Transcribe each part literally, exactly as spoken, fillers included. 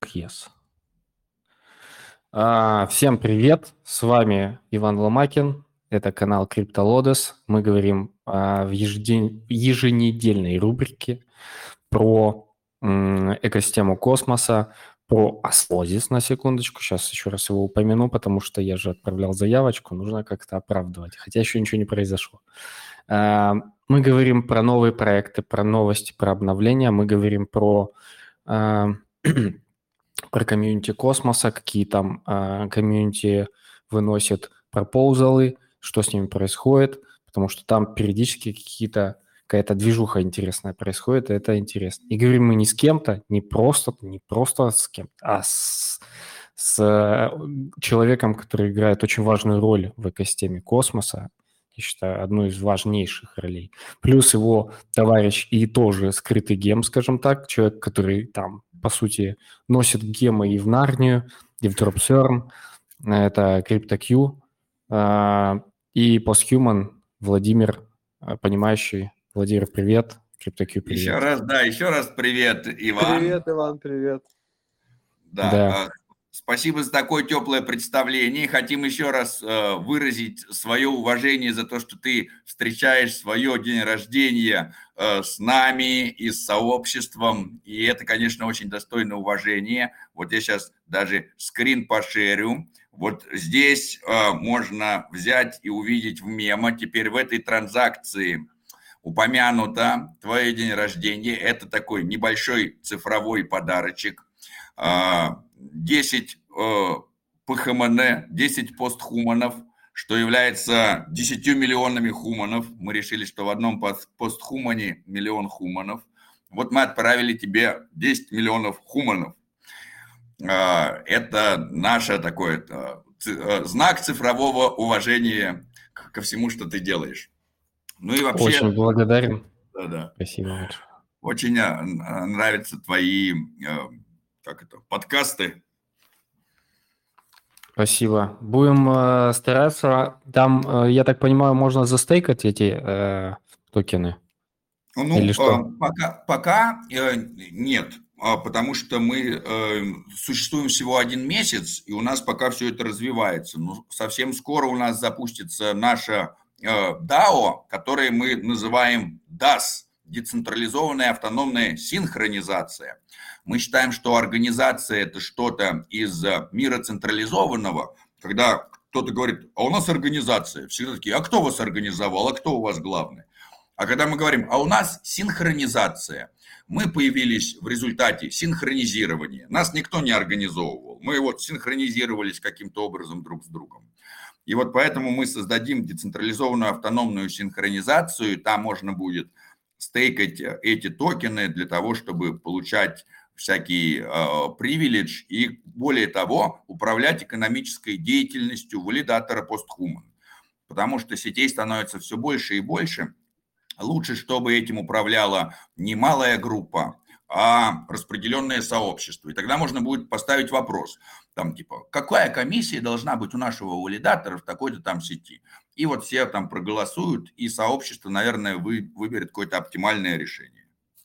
Yes. А, Всем привет, с вами Иван Ломакин, это канал CryptoLodes. Мы говорим а, в ежеден- еженедельной рубрике про м, экосистему космоса, про осмозис, на секундочку. Сейчас еще раз его упомяну, потому что я же отправлял заявочку, нужно как-то оправдывать, хотя еще ничего не произошло. А, Мы говорим про новые проекты, про новости, про обновления, мы говорим про... а, про комьюнити космоса, какие там а, комьюнити выносят пропоузалы, что с ними происходит, потому что там периодически какие-то какая-то движуха интересная происходит, и это интересно. И говорим мы не с кем-то, не просто, не просто с кем-то, а с, с э, человеком, который играет очень важную роль в экосистеме космоса, я считаю, одну из важнейших ролей. Плюс его товарищ и тоже скрытый гем, скажем так, человек, который там, по сути, носит гемы и в Нарнию, и в Dropzone. Это CryptoQ. а, И Posthuman Владимир, а, понимающий. Владимир, привет. CryptoQ, Еще привет. раз, да, еще раз привет, Иван. Привет, Иван, привет. Да, Да. э, спасибо за такое теплое представление. Хотим еще раз э, выразить свое уважение за то, что ты встречаешь свое день рождения э, с нами и с сообществом. И это, конечно, очень достойно уважения. Вот я сейчас даже скрин пошерю. Вот здесь э, можно взять и увидеть в мемо. Теперь в этой транзакции упомянуто твой день рождения. Это такой небольшой цифровой подарочек. десять ПХМН, десять постхуманов, что является десятью миллионами хуманов. Мы решили, что в одном постхумане миллион хуманов. Вот мы отправили тебе десять миллионов хуманов. Это наше такое знак цифрового уважения ко всему, что ты делаешь. Ну и вообще... Очень благодарен. Да, да. Спасибо большое. Очень нравятся твои как это, подкасты. Спасибо. Будем э, стараться. Там, э, я так понимаю, можно застейкать эти э, токены? Ну, Или что? пока, пока э, нет, потому что мы э, существуем всего один месяц, и у нас пока все это развивается. Но совсем скоро у нас запустится наша э, дао, которое мы называем дас, децентрализованная автономная синхронизация. Мы считаем, что организация – это что-то из мира централизованного, когда кто-то говорит, а у нас организация. Всегда такие, а кто вас организовал, а кто у вас главный? А когда мы говорим, а у нас синхронизация, мы появились в результате синхронизирования. Нас никто не организовывал. Мы вот синхронизировались каким-то образом друг с другом. И вот поэтому мы создадим децентрализованную автономную синхронизацию. Там можно будет стейкать эти токены для того, чтобы получать всякий э, привиледж и, более того, управлять экономической деятельностью валидатора постхуман. Потому что сетей становится все больше и больше. Лучше, чтобы этим управляла не малая группа, а распределенное сообщество. И тогда можно будет поставить вопрос, там типа, какая комиссия должна быть у нашего валидатора в такой-то там сети. И вот все там проголосуют, и сообщество, наверное, вы, выберет какое-то оптимальное решение.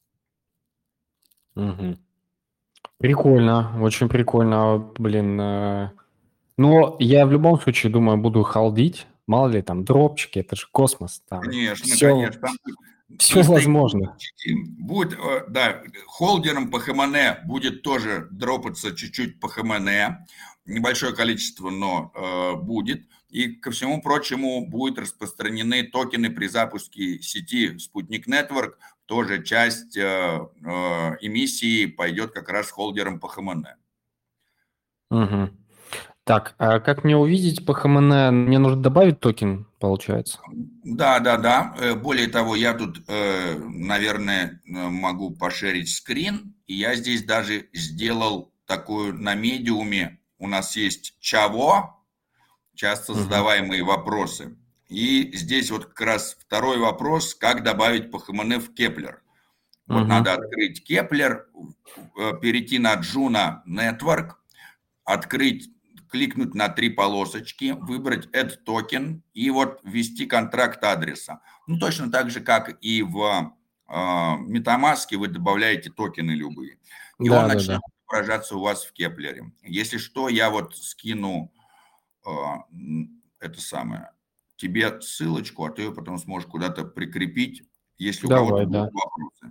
Угу. Прикольно, очень прикольно, блин. э. Но я в любом случае, думаю, буду халдить. Мало ли, там, дропчики, это же космос. Там Конечно, все, конечно. Там все возможно. Будет, да, холдером по ХМН будет тоже дропаться чуть-чуть по ХМН. Небольшое количество, но э, будет. И, ко всему прочему, будут распространены токены при запуске сети Спутник Network. Тоже часть э, э, эмиссии пойдет как раз холдером по ХМН. Угу. Так, а как мне увидеть по ХМН? Мне нужно добавить токен, получается? Да, да, да. Более того, я тут, наверное, могу пошерить скрин. И я здесь даже сделал такую на медиуме. У нас есть Чаво, часто задаваемые угу. вопросы. И здесь вот как раз второй вопрос, как добавить по ХМН в Кеплер. Вот угу. надо открыть Кеплер, перейти на Juno Network, открыть, кликнуть на три полосочки, выбрать Add Token и вот ввести контракт адреса. Ну, точно так же, как и в э, MetaMask вы добавляете токены любые. И да, он да, начнет да. отображаться у вас в Кеплере. Если что, я вот скину э, это самое, тебе ссылочку, а ты ее потом сможешь куда-то прикрепить, если у кого-то Давай, будут да. вопросы.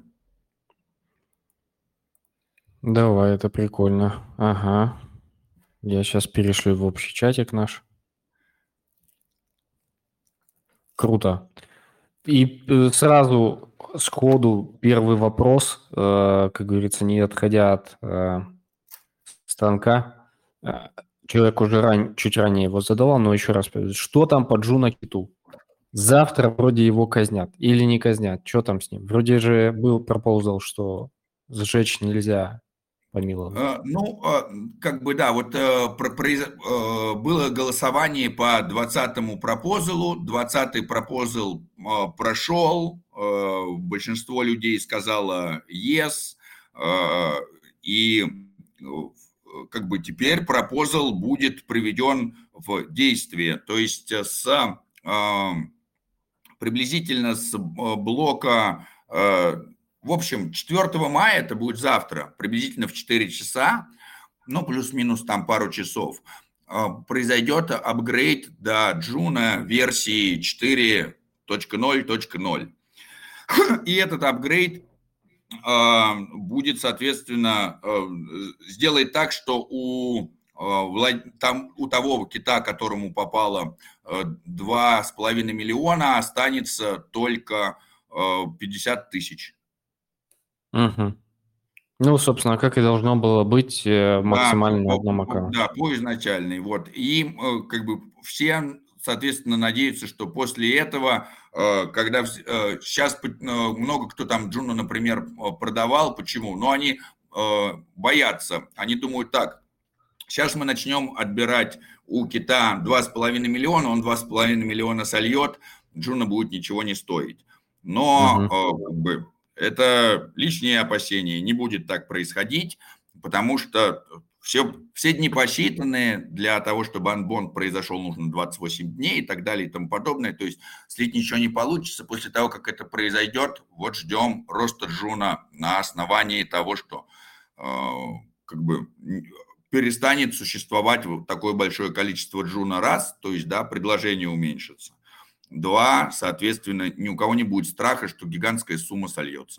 Давай, это прикольно. Ага. Я сейчас перешлю в общий чатик наш. Круто. И э, сразу сходу первый вопрос, э, как говорится, не отходя от э, станка. Э, Человек уже ран... чуть ранее его задавал, но еще раз, что там по Джуна Киту? Завтра вроде его казнят или не казнят? Что там с ним? Вроде же был пропозал, что сжечь нельзя, помиловать. Э, Ну, э, как бы да, вот э, про- произ- э, было голосование по двадцатому пропозалу, двадцатый пропозал э, прошел, э, большинство людей сказало yes, э, и э, как бы теперь пропозал будет приведен в действие, то есть э, с э, приблизительно с э, блока, э, в общем, четвёртого мая, это будет завтра, приблизительно в четыре часа, ну, плюс-минус там пару часов, э, произойдет апгрейд до Джуна версии четыре точка ноль точка ноль. И этот апгрейд э, будет, соответственно, э, сделает так, что у, э, там, у того кита, которому попало э, два с половиной миллиона, останется только э, пятьдесят тысяч. Угу. Ну, собственно, как и должно было быть э, Да, максимально на по, одном по- аккаунте. да, по изначальной. Вот. И э, как бы все, соответственно, надеются, что после этого, э, когда вс- э, сейчас э, много кто там Джуна, например, э, продавал, почему? Ну, они э, боятся, они думают так, сейчас мы начнем отбирать у кита два с половиной миллиона, он два с половиной миллиона сольет, Джуна будет ничего не стоить. Но Угу. э, как бы, это лишние опасения, не будет так происходить, потому что все, все дни посчитаны, для того, чтобы анбонд произошел, нужно двадцать восемь дней и так далее и тому подобное. То есть слить ничего не получится. После того, как это произойдет, вот ждем роста Джуна на основании того, что э, как бы перестанет существовать вот такое большое количество Джуна раз, то есть, да, предложение уменьшится. Два, соответственно, ни у кого не будет страха, что гигантская сумма сольется.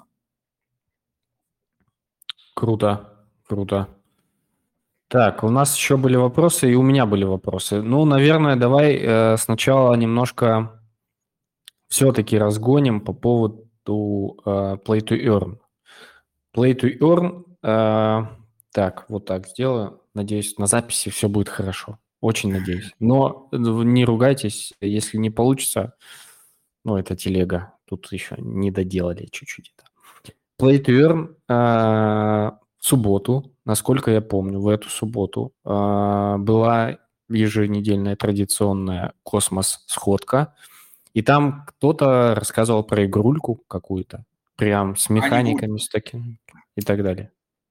Круто, круто. Так, у нас еще были вопросы, и у меня были вопросы. Ну, наверное, давай э, сначала немножко все-таки разгоним по поводу э, Play to Earn. Play to Earn, э, так, вот так сделаю. Надеюсь, на записи все будет хорошо. Очень надеюсь. Но э, не ругайтесь, если не получится. Ну, это телега. Тут еще не доделали чуть-чуть это. Play to Earn э, в субботу, насколько я помню, в эту субботу э, была еженедельная традиционная космос-сходка, и там кто-то рассказывал про игрульку какую-то, прям с А не будет. механиками, с таким и так далее.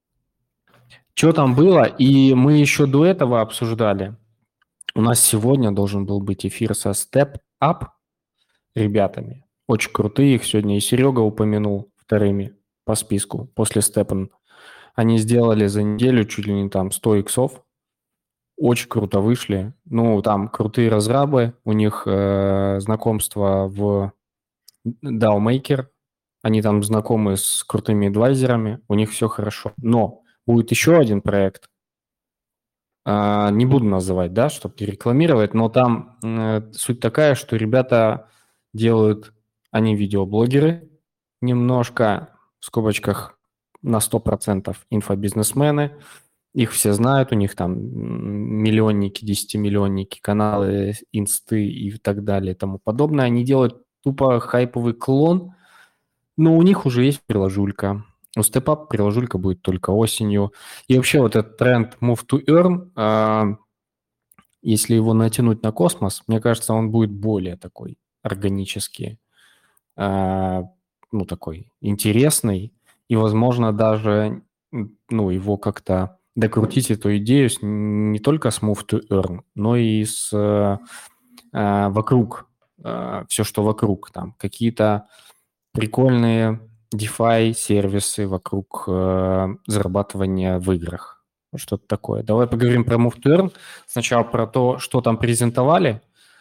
Что там было? И мы еще до этого обсуждали. У нас сегодня должен был быть эфир со Step Up ребятами. Очень крутые. Их сегодня и Серега упомянул вторыми по списку после Степан. Они сделали за неделю чуть ли не там сто иксов. Очень круто вышли. Ну, там крутые разрабы. У них э, знакомство в DAOmaker. Они там знакомы с крутыми адвайзерами. У них все хорошо. Но будет еще один проект. Э, не буду называть, да, чтобы не рекламировать, но там э, суть такая, что ребята делают... Они видеоблогеры, немножко, в скобочках, на сто процентов инфобизнесмены. Их все знают, у них там миллионники, десятимиллионники, каналы, инсты и так далее и тому подобное. Они делают тупо хайповый клон, но у них уже есть приложулька. У StepUp приложулька будет только осенью. И вообще вот этот тренд Move to Earn, э, если его натянуть на космос, мне кажется, он будет более такой органический, э, ну, такой интересный. И, возможно, даже ну, его как-то докрутить эту идею с, не только с Move to Earn, но и с э, э, вокруг, э, все, что вокруг, там, какие-то прикольные DeFi сервисы вокруг э, зарабатывания в играх. что-то такое. Давай поговорим про Move to Earn. Сначала про то, что там презентовали.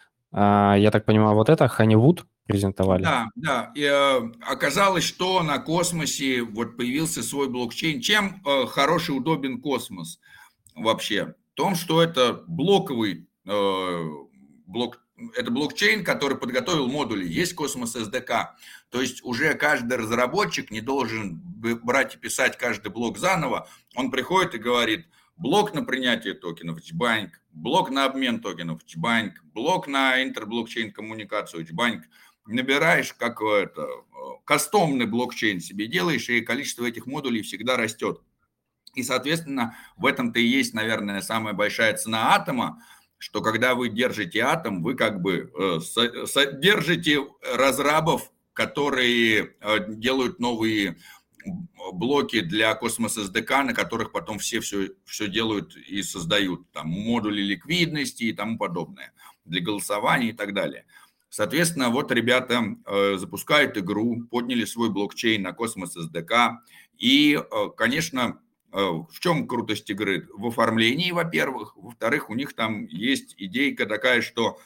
А, я так понимаю, вот это Honeywood презентовали. Да, да. И, э, оказалось, что на космосе вот появился свой блокчейн. Чем э, хороший, удобен космос вообще? В том, что это блоковый э, блок, это блокчейн, который подготовил модули. Есть космос эс ди кей. То есть уже каждый разработчик не должен брать и писать каждый блок заново. Он приходит и говорит: блок на принятие токенов Hbанk, блок на обмен токенов Hbанk, блок на интерблокчейн коммуникацию Hbанk. Набираешь как это, кастомный блокчейн себе делаешь, и количество этих модулей всегда растет. И, соответственно, в этом-то и есть, наверное, самая большая цена атома, что когда вы держите атом, вы как бы э, содержите разрабов, которые э, делают новые блоки для Космос эс ди кей, на которых потом все, все все делают и создают, там модули ликвидности и тому подобное, для голосования и так далее. Соответственно, вот ребята э, запускают игру, подняли свой блокчейн на Космос эс ди кей, и, э, конечно, э, в чем крутость игры? В оформлении, во-первых. Во-вторых, у них там есть идейка такая, что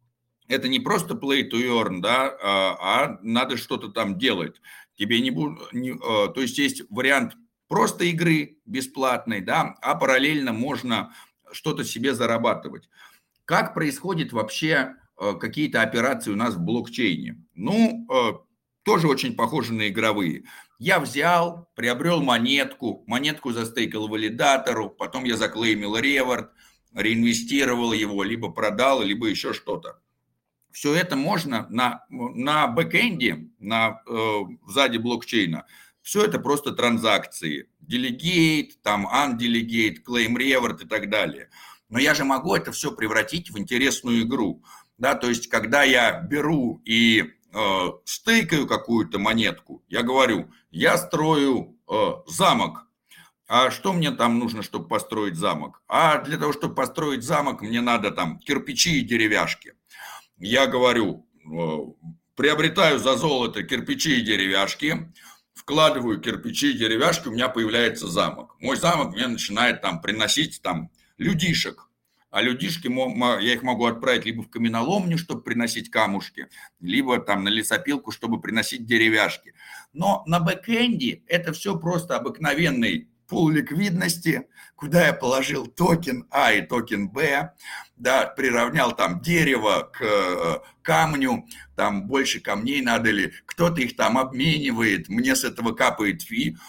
это не просто play to earn, да, а, а надо что-то там делать. Тебе не будут, не, э, то есть есть вариант просто игры бесплатной, да, а параллельно можно что-то себе зарабатывать. Как происходит вообще какие-то операции у нас в блокчейне? Ну, тоже очень похожи на игровые. Я взял, приобрел монетку, монетку застейкал валидатору, потом я заклеймил реворд, реинвестировал его, либо продал, либо еще что-то. Все это можно на, на бэкэнде, на, э, сзади блокчейна, все это просто транзакции. Delegate, там undelegate, claim reward и так далее. Но я же могу это все превратить в интересную игру. Да, то есть, когда я беру и э, стейкаю какую-то монетку, я говорю, я строю э, замок. А что мне там нужно, чтобы построить замок? А для того, чтобы построить замок, мне надо там кирпичи и деревяшки. Я говорю, э, приобретаю за золото кирпичи и деревяшки, вкладываю кирпичи и деревяшки, у меня появляется замок. Мой замок мне начинает там приносить там людишек. А людишки, я их могу отправить либо в каменоломню, чтобы приносить камушки, либо там на лесопилку, чтобы приносить деревяшки. Но на бэкэнде это все просто обыкновенный пул ликвидности, куда я положил токен А и токен Б, да, приравнял там дерево к камню, там больше камней надо ли, кто-то их там обменивает, мне с этого капает фи,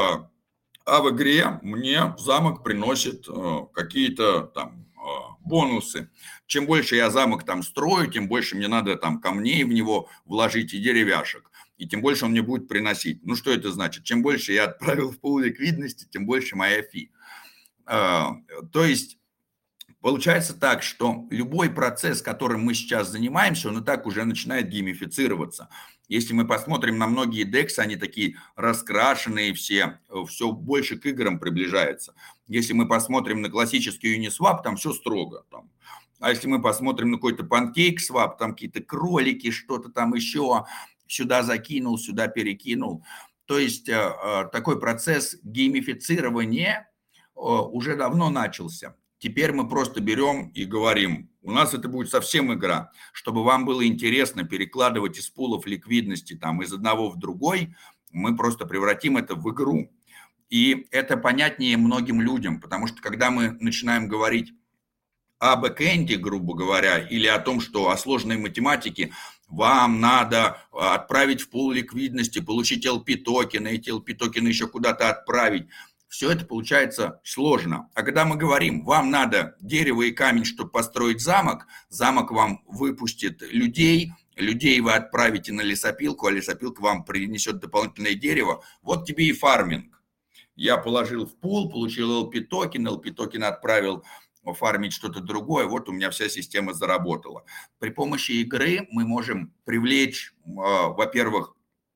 а в игре мне замок приносит какие-то там бонусы. Чем больше я замок там строю, тем больше мне надо там камней в него вложить и деревяшек. И тем больше он мне будет приносить. Ну, что это значит? Чем больше я отправил в пул ликвидности, тем больше моя фи. То есть получается так, что любой процесс, которым мы сейчас занимаемся, он и так уже начинает геймифицироваться. Если мы посмотрим на многие дексы, они такие раскрашенные все, все больше к играм приближается. Если мы посмотрим на классический Uniswap, там все строго. Там. А если мы посмотрим на какой-то PancakeSwap, там какие-то кролики, что-то там еще, сюда закинул, сюда перекинул. То есть такой процесс геймифицирования уже давно начался. Теперь мы просто берем и говорим, у нас это будет совсем игра, чтобы вам было интересно перекладывать из пулов ликвидности там, из одного в другой, мы просто превратим это в игру. И это понятнее многим людям, потому что когда мы начинаем говорить о бэкэнде, грубо говоря, или о том, что о сложной математике, вам надо отправить в пул ликвидности, получить эл пи-токены, эти эл пи-токены еще куда-то отправить, все это получается сложно. А когда мы говорим, вам надо дерево и камень, чтобы построить замок, замок вам выпустит людей, людей вы отправите на лесопилку, а лесопилка вам принесет дополнительное дерево, вот тебе и фарминг. Я положил в пул, получил эл пи-токен, эл пи-токен отправил фармить что-то другое, вот у меня вся система заработала. При помощи игры мы можем привлечь, во-первых,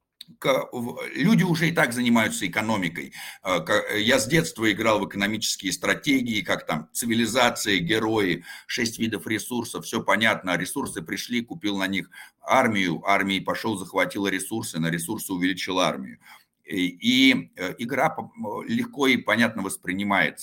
люди уже и так занимаются экономикой. Я с детства играл в экономические стратегии, как там цивилизация, герои, шесть видов ресурсов, все понятно. Ресурсы пришли, купил на них армию, армии пошел, захватила ресурсы, на ресурсы увеличил армию. И игра легко и понятно воспринимается.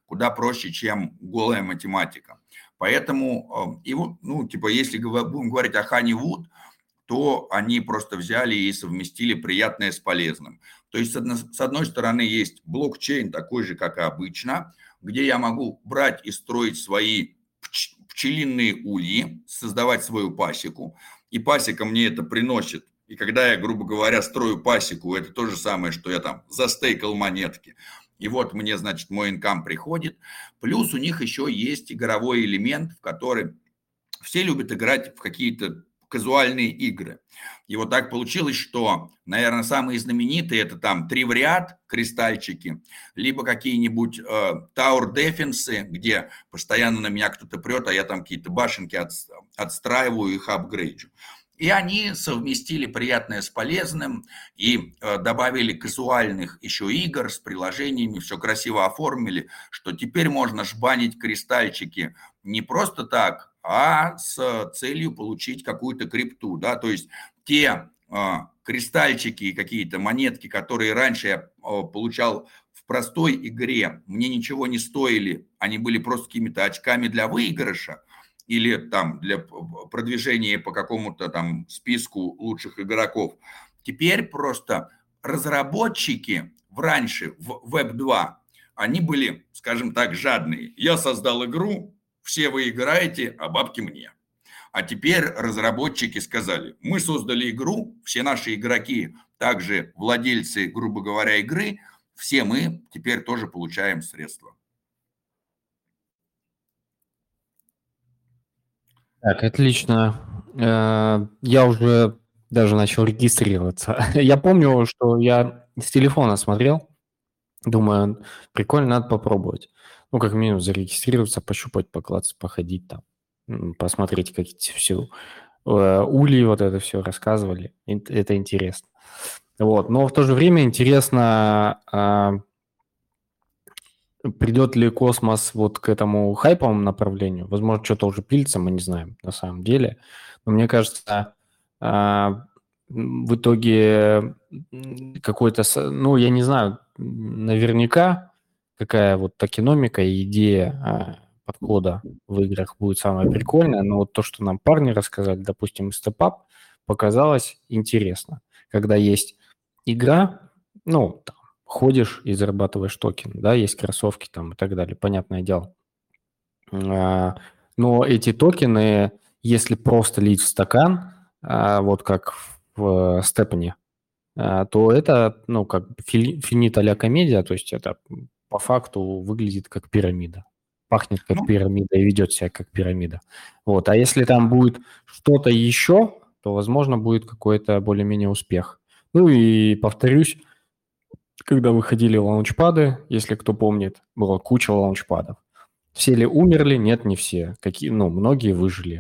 куда проще, чем голая математика. Поэтому, и вот, ну, типа, если будем говорить о Honeywood, то они просто взяли и совместили приятное с полезным. То есть, с одной стороны, есть блокчейн такой же, как и обычно, где я могу брать и строить свои пчелиные ульи, создавать свою пасеку, и пасека мне это приносит. И когда я, грубо говоря, строю пасеку, это то же самое, что я там застейкал монетки. И вот мне, значит, мой инкам приходит. Плюс у них еще есть игровой элемент, в который все любят играть в какие-то казуальные игры. И вот так получилось, что, наверное, самые знаменитые это там три в ряд, кристальчики, либо какие-нибудь э, Tower Defense, где постоянно на меня кто-то прет, а я там какие-то башенки от, отстраиваю, их апгрейджу. И они совместили приятное с полезным и э, добавили казуальных еще игр с приложениями, все красиво оформили, что теперь можно жбанить кристальчики не просто так, а с целью получить какую-то крипту, да, то есть те э, кристальчики и какие-то монетки, которые раньше я э, получал в простой игре, мне ничего не стоили, они были просто какими-то очками для выигрыша или там для продвижения по какому-то там списку лучших игроков. Теперь просто разработчики в раньше в веб два, они были, скажем так, жадные. Я создал игру, все вы играете, а бабки мне. А теперь разработчики сказали, мы создали игру, все наши игроки, также владельцы, грубо говоря, игры, все мы теперь тоже получаем средства. Так, отлично. Я уже даже начал регистрироваться. Я помню, что я с телефона смотрел, думаю, прикольно, надо попробовать. Ну, как минимум, зарегистрироваться, пощупать, поклацать, походить там, посмотреть какие-то все ульи, вот это все рассказывали. Это интересно. Вот. Но в то же время интересно, придет ли космос вот к этому хайповому направлению. Возможно, что-то уже пилится, мы не знаем на самом деле. Но мне кажется, в итоге какой-то, ну, я не знаю, наверняка какая вот токеномика и идея подхода в играх будет самая прикольная, но вот то, что нам парни рассказали, допустим, StepUp, показалось интересно. Когда есть игра, ну, там, ходишь и зарабатываешь токен, да, есть кроссовки там и так далее, понятное дело. Но эти токены, если просто лить в стакан, вот как в Степане, то это, ну, как финит а-ля комедия, то есть это по факту выглядит как пирамида, пахнет как ну, пирамида и ведет себя как пирамида. Вот. А если там будет что-то еще, то, возможно, будет какой-то более-менее успех. Ну и повторюсь, когда выходили лаунчпады, если кто помнит, была куча лаунчпадов. Все ли умерли? Нет, не все. Какие, ну, многие выжили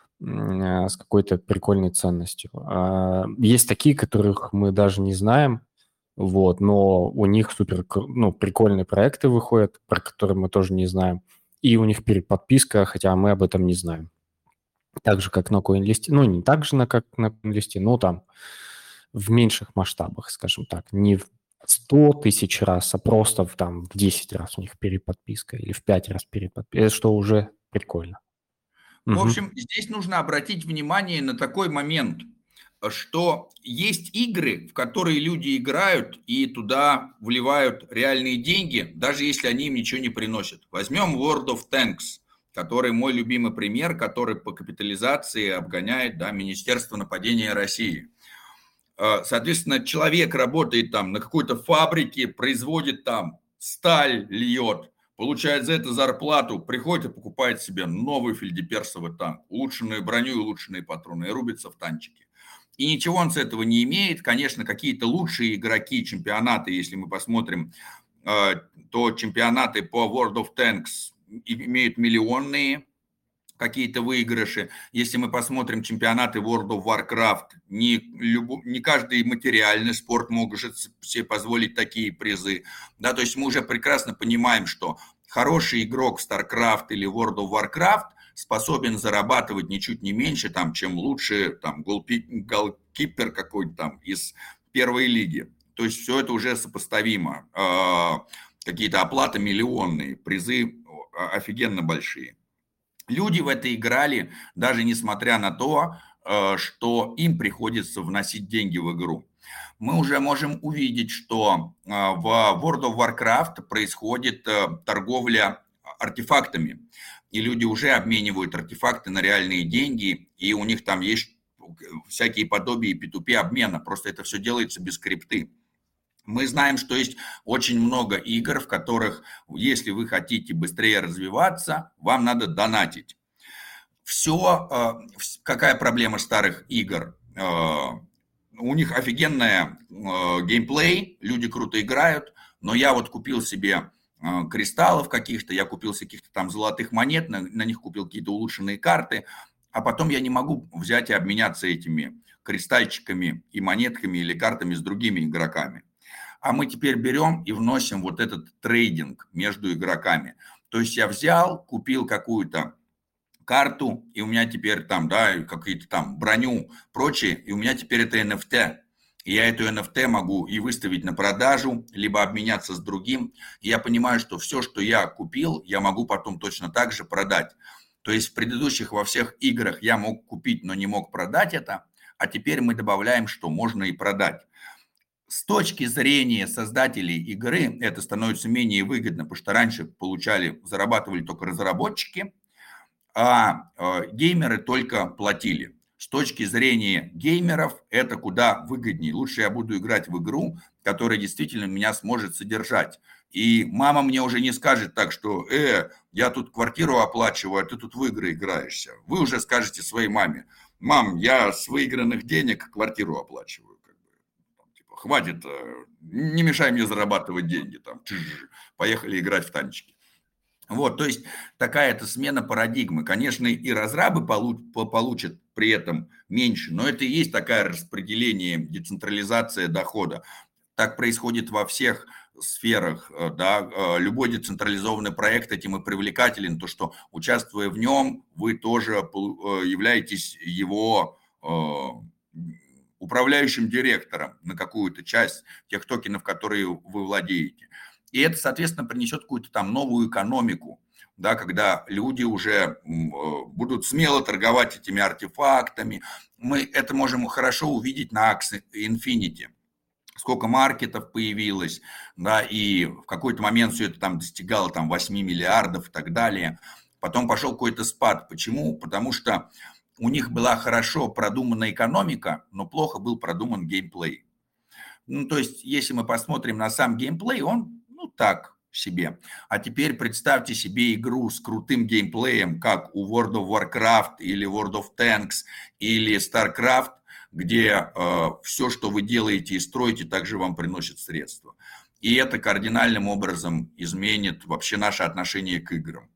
с какой-то прикольной ценностью. Есть такие, которых мы даже не знаем, вот, но у них супер, ну, прикольные проекты выходят, про которые мы тоже не знаем, и у них переподписка, хотя мы об этом не знаем. Так же, как на CoinList, ну, не так же, как на CoinList, но там в меньших масштабах, скажем так, не в сто тысяч раз, а просто в, там, в десять раз у них переподписка или в пять раз переподписка, это что уже прикольно. В общем, здесь нужно обратить внимание на такой момент, что есть игры, в которые люди играют и туда вливают реальные деньги, даже если они им ничего не приносят. Возьмем World of Tanks, который мой любимый пример, который по капитализации обгоняет, да, Министерство нападения России. Соответственно, человек работает там на какой-то фабрике, производит там сталь, льет, получает за это зарплату, приходит и покупает себе новый фельдеперсовый танк, улучшенную броню и улучшенные патроны, и рубится в танчике. И ничего он с этого не имеет. Конечно, какие-то лучшие игроки, чемпионаты, если мы посмотрим, то чемпионаты по World of Tanks имеют миллионные какие-то выигрыши. Если мы посмотрим чемпионаты World of Warcraft, не, любо, не каждый материальный спорт может себе позволить такие призы. Да, то есть мы уже прекрасно понимаем, что хороший игрок в StarCraft или World of Warcraft способен зарабатывать ничуть не меньше, там, чем лучший там, голкипер какой-то там из первой лиги. То есть все это уже сопоставимо. какие-то оплаты миллионные, призы офигенно большие. Люди в это играли, даже несмотря на то, что им приходится вносить деньги в игру. Мы уже можем увидеть, что в World of Warcraft происходит торговля артефактами, и люди уже обменивают артефакты на реальные деньги, и у них там есть всякие подобия пи ту пи обмена, просто это все делается без крипты. Мы знаем, что есть очень много игр, в которых, если вы хотите быстрее развиваться, вам надо донатить. Все, какая проблема старых игр? У них офигенная геймплей, люди круто играют, но я вот купил себе кристаллов каких-то, я купил каких-то там золотых монет, на, на них купил какие-то улучшенные карты, а потом я не могу взять и обменяться этими кристальчиками и монетками или картами с другими игроками. А мы теперь берем и вносим вот этот трейдинг между игроками. То есть я взял, купил какую-то карту, и у меня теперь там, да, какие-то там броню, прочее, и у меня теперь это эн эф ти. И я эту эн эф ти могу и выставить на продажу, либо обменяться с другим. И я понимаю, что все, что я купил, я могу потом точно так же продать. То есть в предыдущих во всех играх я мог купить, но не мог продать это, а теперь мы добавляем, что можно и продать. С точки зрения создателей игры это становится менее выгодно, потому что раньше получали, зарабатывали только разработчики, а геймеры только платили. С точки зрения геймеров это куда выгоднее. Лучше я буду играть в игру, которая действительно меня сможет содержать. И мама мне уже не скажет так, что э, я тут квартиру оплачиваю, а ты тут в игры играешься. Вы уже скажете своей маме: мам, я с выигранных денег квартиру оплачиваю. Хватит, не мешай мне зарабатывать деньги, там, поехали играть в танчики. Вот, то есть такая-то смена парадигмы. Конечно, и разрабы получат при этом меньше, но это и есть такое распределение, децентрализация дохода. Так происходит во всех сферах, да, любой децентрализованный проект этим и привлекателен, то, что, участвуя в нем, вы тоже являетесь его управляющим директором на какую-то часть тех токенов, которые вы владеете. И это, соответственно, принесет какую-то там новую экономику, да, когда люди уже будут смело торговать этими артефактами. Мы это можем хорошо увидеть на Axie Infinity. Сколько маркетов появилось, да, и в какой-то момент все это там достигало там восемь миллиардов и так далее. Потом пошел какой-то спад. Почему? Потому что у них была хорошо продумана экономика, но плохо был продуман геймплей. Ну, то есть, если мы посмотрим на сам геймплей, он, ну, так себе. А теперь представьте себе игру с крутым геймплеем, как у World of Warcraft или World of Tanks или StarCraft, где э, все, что вы делаете и строите, также вам приносит средства. И это кардинальным образом изменит вообще наше отношение к играм.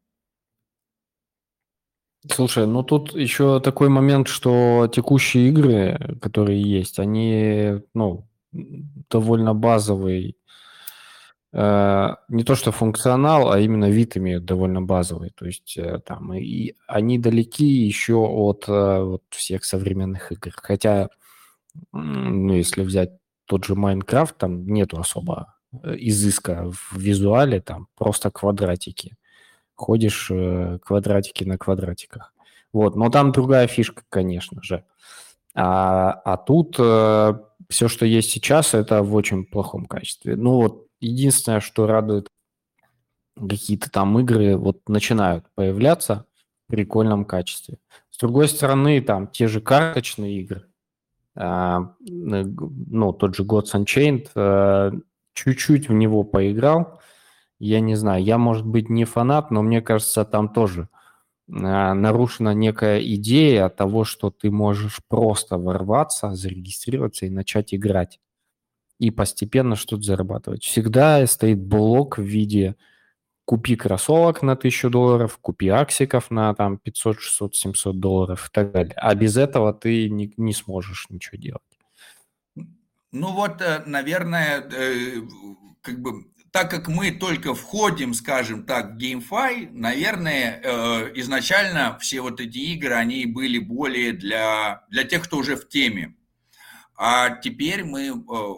Слушай, ну тут еще такой момент, что текущие игры, которые есть, они, ну, довольно базовый, э, не то что функционал, а именно вид имеют довольно базовый. То есть э, там и они далеки еще от э, вот всех современных игр. Хотя, ну, если взять тот же Майнкрафт, там нету особо изыска в визуале, там просто квадратики. Ходишь э, квадратики на квадратиках. Вот, но там другая фишка, конечно же. А, а тут э, все, что есть сейчас, это в очень плохом качестве. Ну вот, единственное, что радует, какие-то там игры вот начинают появляться в прикольном качестве. С другой стороны, там те же карточные игры, э, ну, тот же Gods Unchained, э, чуть-чуть в него поиграл. Я не знаю, я, может быть, не фанат, но мне кажется, там тоже э, нарушена некая идея того, что ты можешь просто ворваться, зарегистрироваться и начать играть. И постепенно что-то зарабатывать. Всегда стоит блок в виде купи кроссовок на тысячу долларов, купи аксиков на там пятьсот, шестьсот, семьсот долларов и так далее. А без этого ты не, не сможешь ничего делать. Ну вот, наверное, как бы... Так как мы только входим, скажем так, в GameFi, наверное, изначально все вот эти игры, они были более для, для тех, кто уже в теме. А теперь мы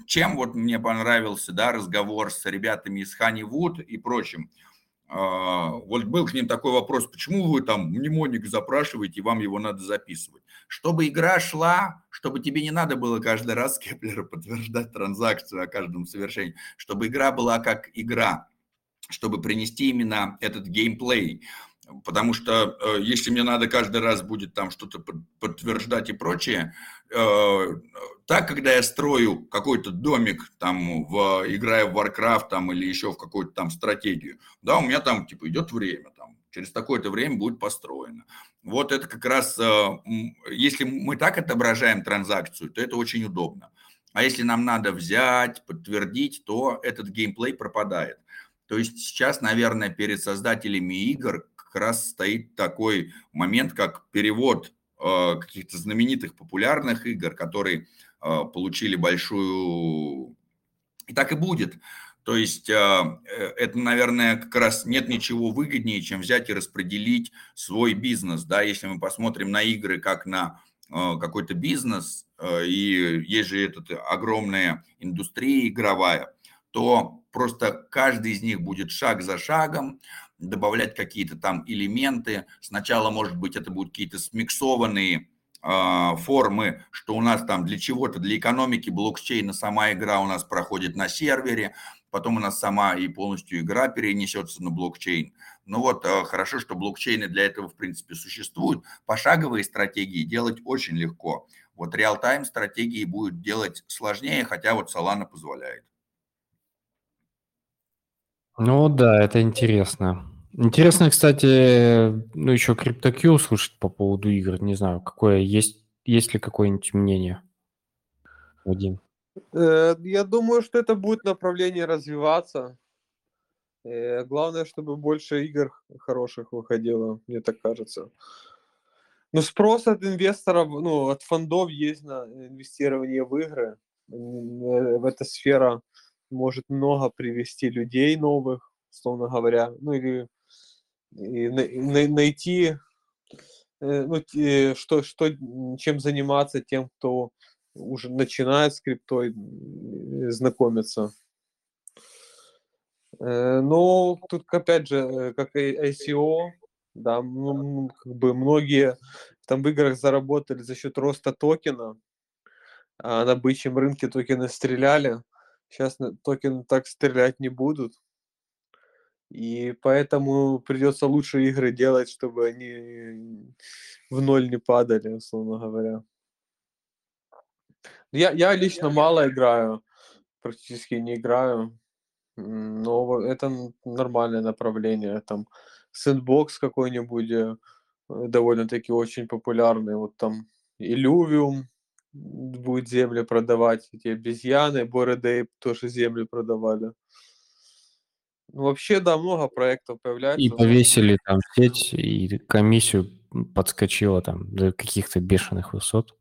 чем вот мне понравился, да, разговор с ребятами из Honeywood и прочим. Вот был к ним такой вопрос, почему вы там мнемоник запрашиваете, и вам его надо записывать? Чтобы игра шла, чтобы тебе не надо было каждый раз Кеплера подтверждать транзакцию о каждом совершении, чтобы игра была как игра, чтобы принести именно этот геймплей. Потому что э, если мне надо каждый раз будет там что-то подтверждать и прочее, э, так, когда я строю какой-то домик, там, в, играя в Warcraft там, или еще в какую-то там стратегию, да, у меня там типа идет время, там, через такое-то время будет построено. Вот это как раз, э, если мы так отображаем транзакцию, то это очень удобно. А если нам надо взять, подтвердить, то этот геймплей пропадает. То есть сейчас, наверное, перед создателями игр как раз стоит такой момент, как перевод э, каких-то знаменитых популярных игр, которые э, получили большую... И так и будет. То есть э, это, наверное, как раз нет ничего выгоднее, чем взять и распределить свой бизнес. Да? Если мы посмотрим на игры как на э, какой-то бизнес, э, и есть же эта огромная индустрия игровая, то просто каждый из них будет шаг за шагом добавлять какие-то там элементы. Сначала, может быть, это будут какие-то смиксованные э, формы, что у нас там для чего-то, для экономики блокчейна сама игра у нас проходит на сервере, потом у нас сама и полностью игра перенесется на блокчейн. Ну вот, э, хорошо, что блокчейны для этого, в принципе, существуют. Пошаговые стратегии делать очень легко. Вот реал-тайм стратегии будет делать сложнее, хотя вот Solana позволяет. Ну да, это интересно. Интересно, кстати, ну еще CryptoQ слушать по поводу игр. Не знаю, какое есть, есть ли какое-нибудь мнение, Вадим? Э, Я думаю, что это будет направление развиваться. Э, Главное, чтобы больше игр хороших выходило, мне так кажется. Но спрос от инвесторов, ну, от фондов есть на инвестирование в игры. М, В эта сфера может много привести людей новых, условно говоря. Ну, или и на- на- найти, э, ну, те- что, что, м, чем заниматься тем, кто уже начинает с криптой м, знакомиться. Э, Ну, тут, опять же, э, как и ай си о, да, ну, м, как бы многие там в играх заработали за счет роста токена, а на бычьем рынке токены стреляли. Сейчас токены так стрелять не будут. И поэтому придется лучшие игры делать, чтобы они в ноль не падали, условно говоря. Я, я лично мало играю, практически не играю. М, Но во- это н- нормальное направление. Там сэндбокс какой-нибудь э, э, довольно-таки очень популярный. Вот там Illuvium будет земли продавать, эти обезьяны, Bored Ape тоже земли продавали. Ну, вообще, да, много проектов И появляется. Ну, повесили там сеть, и комиссию подскочила там до каких-то бешеных высот.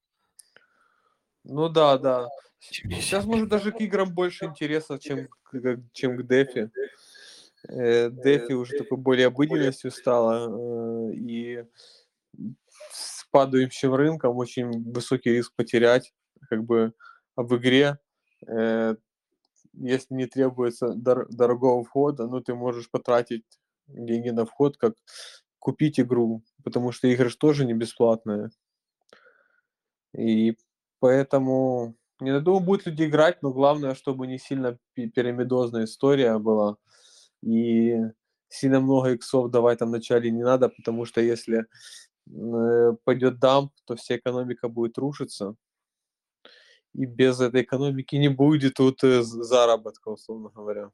ну да, да. Тебе Сейчас, земли. может, даже к играм больше интереса, чем, к- к- чем к Дефи. Э, Дефи уже такой более обыденностью стало, э, и с падающим рынком очень высокий риск потерять, как бы, а в игре, э, если не требуется дор- дорогого входа, ну, ты можешь потратить деньги на вход, как купить игру, потому что игры же тоже не бесплатные. И поэтому не думаю, будут люди играть, но главное, чтобы не сильно пи- пирамидозная история была. И сильно много иксов давать там вначале не надо, потому что если э, пойдет дамп, то вся экономика будет рушиться. И без этой экономики не будет тут э, з- заработка, условно говоря.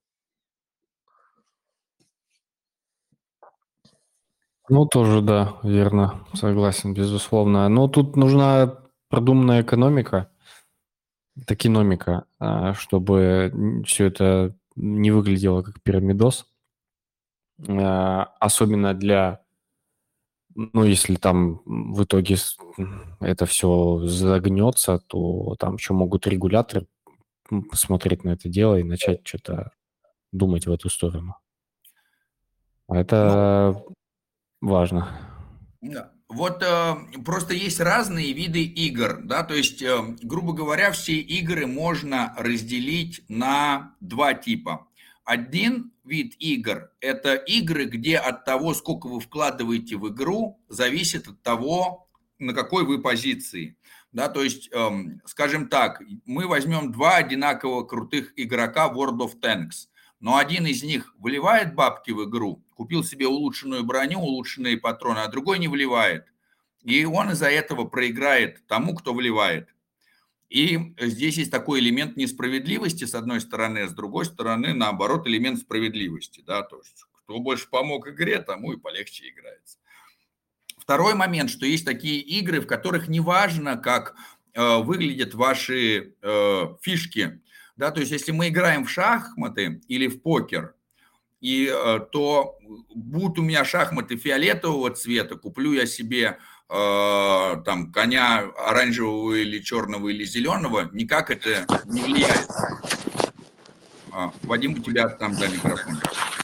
Ну, тоже, да, верно, согласен, безусловно. Но тут нужна продуманная экономика, токеномика, а, чтобы все это не выглядело как пирамидос. А, Особенно для, ну, если там в итоге с- это все загнется, то там еще могут регуляторы м, посмотреть на это дело и начать что-то думать в эту сторону. А Ну, это важно. да. вот э, просто есть разные виды игр, да, то есть, э, грубо говоря, все игры можно разделить на два типа. Один вид игр – это игры, где от того, сколько вы вкладываете в игру, зависит от того, на какой вы позиции. Да, то есть, эм, скажем так, мы возьмем два одинаково крутых игрока в World of Tanks, но один из них вливает бабки в игру, купил себе улучшенную броню, улучшенные патроны, а другой не вливает. И он из-за этого проиграет тому, кто вливает. И здесь есть такой элемент несправедливости, с одной стороны, а с другой стороны, наоборот, элемент справедливости. Да? То есть, кто больше помог игре, тому и полегче играется. Второй момент, что есть такие игры, в которых не важно, как э, выглядят ваши э, фишки. Да? То есть, если мы играем в шахматы или в покер, и э, то будут у меня шахматы фиолетового цвета, куплю я себе э, там коня оранжевого или черного или зеленого, никак это не влияет. А, Вадим, у тебя там за микрофон.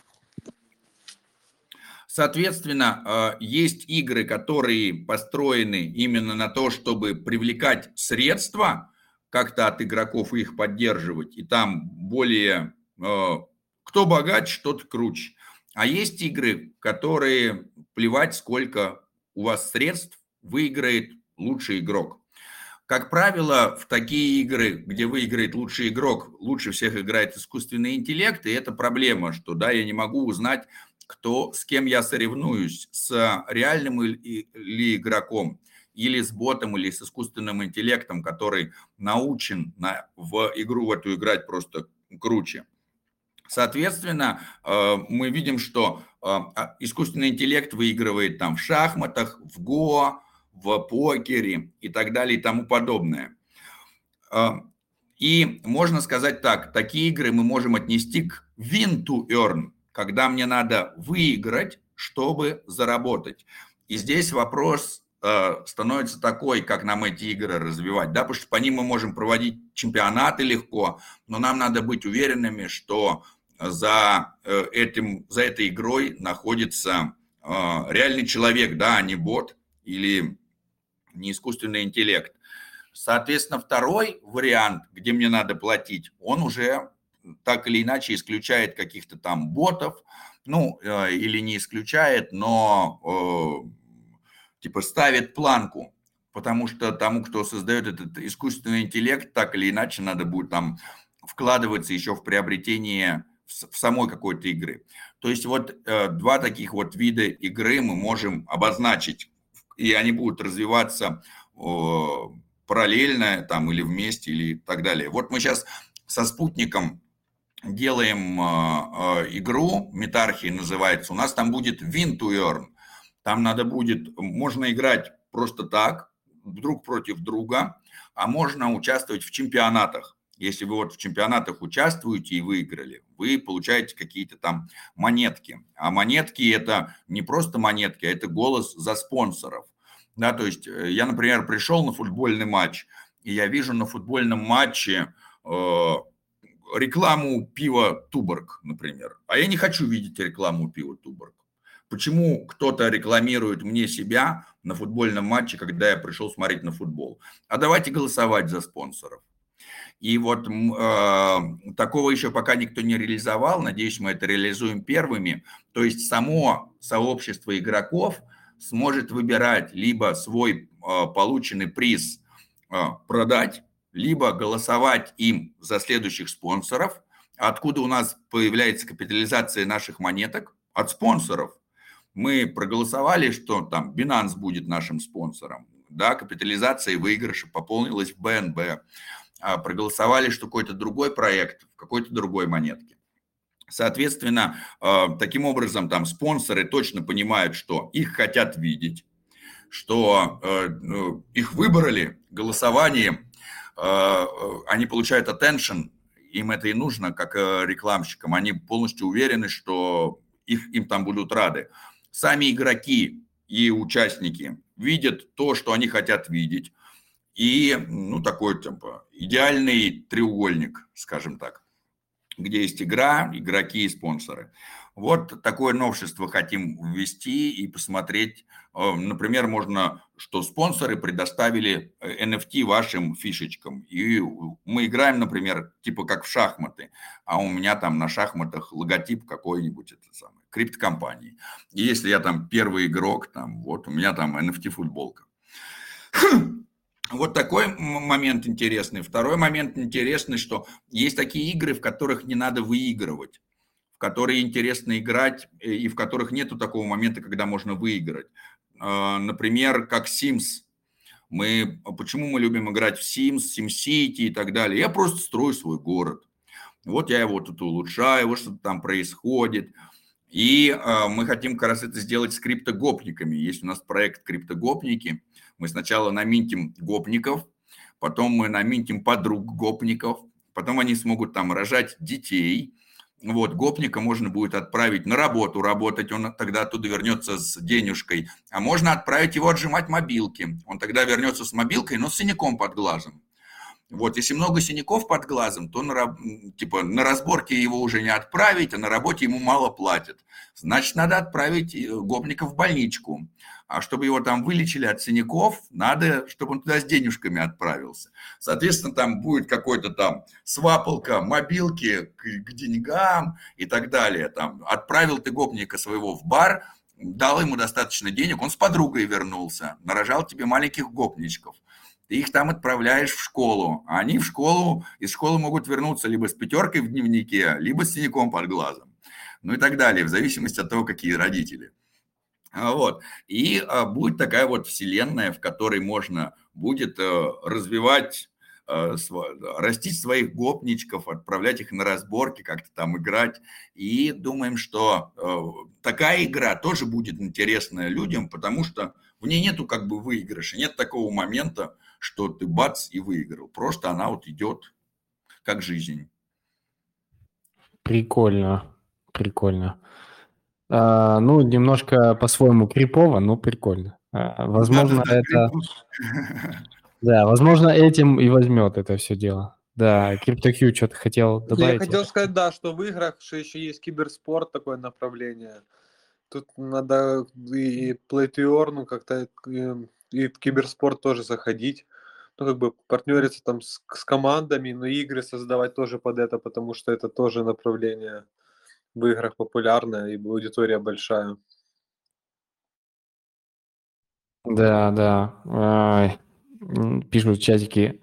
Соответственно, есть игры, которые построены именно на то, чтобы привлекать средства как-то от игроков и их поддерживать. И там более кто богаче, тот круче. А есть игры, которые плевать, сколько у вас средств, выиграет лучший игрок. Как правило, в такие игры, где выиграет лучший игрок, лучше всех играет искусственный интеллект, и это проблема, что да, я не могу узнать, кто, с кем я соревнуюсь, с реальным ли игроком, или с ботом, или с искусственным интеллектом, который научен на, в игру в эту играть просто круче. Соответственно, мы видим, что искусственный интеллект выигрывает там в шахматах, в го, в покере и так далее и тому подобное. И можно сказать так, такие игры мы можем отнести к win to earn, когда мне надо выиграть, чтобы заработать. И здесь вопрос э, становится такой, как нам эти игры развивать. Да? Потому что по ним мы можем проводить чемпионаты легко, но нам надо быть уверенными, что за, э, этим, за этой игрой находится э, реальный человек, да, а не бот или не искусственный интеллект. Соответственно, второй вариант, где мне надо платить, он уже так или иначе исключает каких-то там ботов, ну, э, или не исключает, но э, типа ставит планку, потому что тому, кто создает этот искусственный интеллект, так или иначе надо будет там вкладываться еще в приобретение в, в самой какой-то игры. То есть вот э, два таких вот вида игры мы можем обозначить, и они будут развиваться э, параллельно там или вместе или так далее. Вот мы сейчас со спутником делаем э, э, игру, Метархи называется, у нас там будет win to earn. Там надо будет, можно играть просто так, друг против друга, а можно участвовать в чемпионатах. Если вы вот в чемпионатах участвуете и выиграли, вы получаете какие-то там монетки. А монетки это не просто монетки, а это голос за спонсоров. Да, то есть я, например, пришел на футбольный матч, и я вижу на футбольном матче э, рекламу пива Туборг, например. А я не хочу видеть рекламу пива Туборг. Почему кто-то рекламирует мне себя на футбольном матче, когда я пришел смотреть на футбол? А давайте голосовать за спонсоров. И вот э, такого еще пока никто не реализовал. Надеюсь, мы это реализуем первыми. То есть само сообщество игроков сможет выбирать либо свой э, полученный приз э, продать, либо голосовать им за следующих спонсоров. Откуда у нас появляется капитализация наших монеток? От спонсоров. Мы проголосовали, что там Binance будет нашим спонсором. Да, капитализация и выигрыша пополнилась в бэ эн бэ. А проголосовали, что какой-то другой проект в какой-то другой монетке. Соответственно, таким образом там спонсоры точно понимают, что их хотят видеть, что их выбрали голосованием, они получают attention, им это и нужно, как рекламщикам, они полностью уверены, что их, им там будут рады. Сами игроки и участники видят то, что они хотят видеть, и, ну, такой типа, идеальный треугольник, скажем так, где есть игра, игроки и спонсоры. Вот такое новшество хотим ввести и посмотреть. Например, можно, что спонсоры предоставили эн эф ти вашим фишечкам. И мы играем, например, типа как в шахматы, а у меня там на шахматах логотип какой-нибудь, это самое, криптокомпании. И если я там первый игрок, там, вот у меня там эн эф ти-футболка. Вот такой момент интересный. Второй момент интересный, что есть такие игры, в которых не надо выигрывать, в которые интересно играть и в которых нету такого момента, когда можно выиграть. Например, как Sims. Мы, почему мы любим играть в Sims, SimCity и так далее? Я просто строю свой город. Вот я его тут улучшаю, вот что-то там происходит. И мы хотим как раз это сделать с криптогопниками. Есть у нас проект «Криптогопники». Мы сначала наминтим гопников, потом мы наминтим подруг гопников, потом они смогут там рожать детей. Вот, гопника можно будет отправить на работу работать, он тогда оттуда вернется с денежкой. А можно отправить его отжимать мобилки. Он тогда вернется с мобилкой, но с синяком под глазом. Вот, если много синяков под глазом, то на, типа, на разборке его уже не отправить, а на работе ему мало платят. Значит, надо отправить гопника в больничку. А чтобы его там вылечили от синяков, надо, чтобы он туда с денежками отправился. Соответственно, там будет какой-то там свапалка, мобилки к, к деньгам и так далее. Там, отправил ты гопника своего в бар, дал ему достаточно денег, он с подругой вернулся, нарожал тебе маленьких гопничков. Ты их там отправляешь в школу, а они в школу, из школы могут вернуться либо с пятеркой в дневнике, либо с синяком под глазом. Ну и так далее, в зависимости от того, какие родители. Вот. И а, будет такая вот вселенная, в которой можно будет а, развивать, а, св... растить своих гопничков, отправлять их на разборки, как-то там играть. И думаем, что а, такая игра тоже будет интересная людям, потому что в ней нету как бы выигрыша, нет такого момента, что ты бац и выиграл. Просто она вот идет как жизнь. Прикольно, прикольно. А, ну, немножко по-своему крипово, но прикольно. А, возможно, Да-да-да, это... Да, возможно, этим и возьмет это все дело. Да, CryptoQ что-то хотел добавить? Я хотел сказать, да, что в играх что еще есть киберспорт, такое направление. Тут надо и Play to Earn, ну, как-то и в киберспорт тоже заходить. Ну, как бы партнериться там с, с командами, но игры создавать тоже под это, потому что это тоже направление в играх популярное и аудитория большая. Да, да. Ай, пишут в чатике,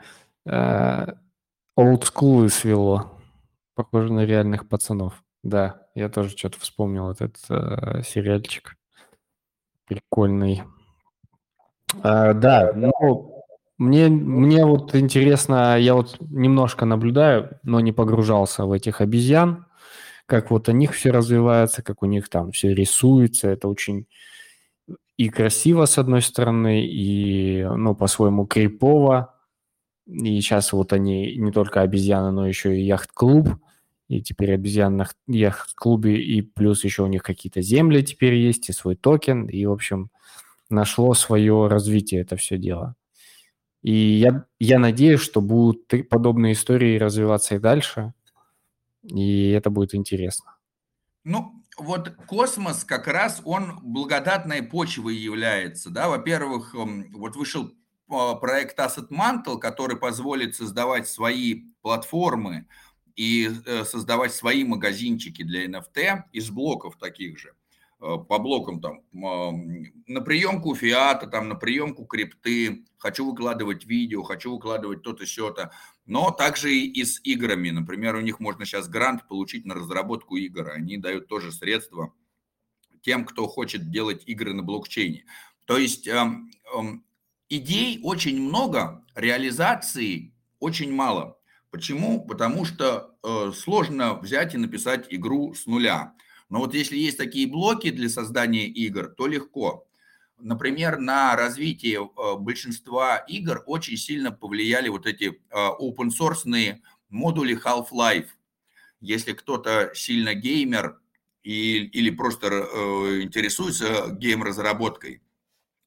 олдскулы свело. Похоже на реальных пацанов. Да, я тоже что-то вспомнил этот э, сериальчик. Прикольный. А, да, ну, мне, мне вот интересно, я вот немножко наблюдаю, но не погружался в этих обезьян, как вот у них все развивается, как у них там все рисуется. Это очень и красиво, с одной стороны, и, ну, по-своему крипово. И сейчас вот они не только обезьяны, но еще и яхт-клуб. И теперь обезьяны на яхт-клубе, и плюс еще у них какие-то земли теперь есть, и свой токен. И, в общем, нашло свое развитие это все дело. И я, я надеюсь, что будут подобные истории развиваться и дальше, и это будет интересно. Ну, вот космос как раз он благодатной почвой является, да, во-первых, вот вышел проект Asset Mantle, который позволит создавать свои платформы и создавать свои магазинчики для эн эф ти из блоков таких же, по блокам там, на приемку фиата, там, на приемку крипты, хочу выкладывать видео, хочу выкладывать то-то, сё-то, но также и с играми. Например, у них можно сейчас грант получить на разработку игр. Они дают тоже средства тем, кто хочет делать игры на блокчейне. То есть эм, эм, идей очень много, реализации очень мало. Почему? Потому что э, сложно взять и написать игру с нуля. Но вот если есть такие блоки для создания игр, то легко. Например, на развитие большинства игр очень сильно повлияли вот эти open-source модули Half-Life. Если кто-то сильно геймер и, или просто э, интересуется гейм-разработкой,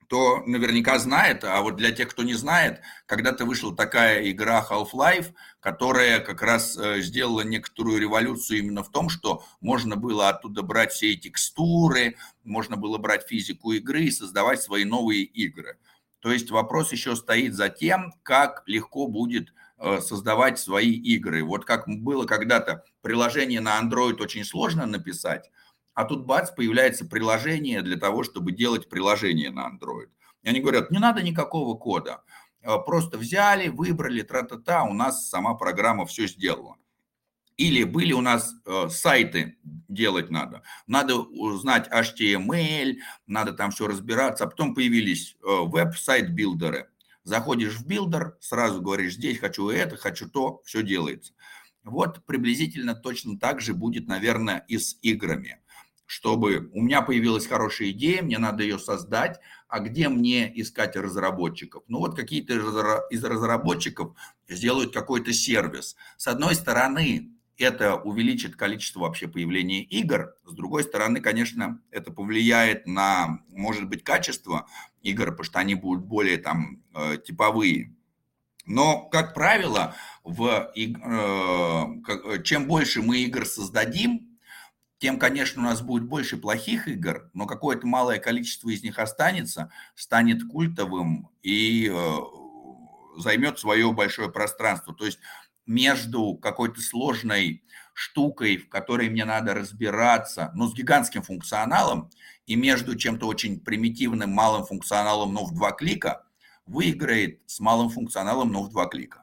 кто наверняка знает, а вот для тех, кто не знает, когда-то вышла такая игра Half-Life, которая как раз сделала некоторую революцию именно в том, что можно было оттуда брать все эти текстуры, можно было брать физику игры и создавать свои новые игры. То есть вопрос еще стоит за тем, как легко будет создавать свои игры. Вот как было когда-то приложение на Android очень сложно написать, а тут бац, появляется приложение для того, чтобы делать приложение на Android. И они говорят, не надо никакого кода. Просто взяли, выбрали, тра-та-та, у нас сама программа все сделала. Или были у нас э, сайты делать надо. Надо узнать эйч ти эм эль, надо там все разбираться. А потом появились э, веб-сайт-билдеры. Заходишь в билдер, сразу говоришь, здесь хочу это, хочу то, все делается. Вот приблизительно точно так же будет, наверное, и с играми. Чтобы у меня появилась хорошая идея, мне надо ее создать, а где мне искать разработчиков? Ну вот какие-то из разработчиков сделают какой-то сервис. С одной стороны, это увеличит количество вообще появления игр. С другой стороны, конечно, это повлияет на, может быть, качество игр, потому что они будут более там типовые. Но, как правило, в, чем больше мы игр создадим, тем, конечно, у нас будет больше плохих игр, но какое-то малое количество из них останется, станет культовым и э, займет свое большое пространство. То есть между какой-то сложной штукой, в которой мне надо разбираться, но с гигантским функционалом, и между чем-то очень примитивным, малым функционалом, но в два клика, выиграет с малым функционалом, но в два клика.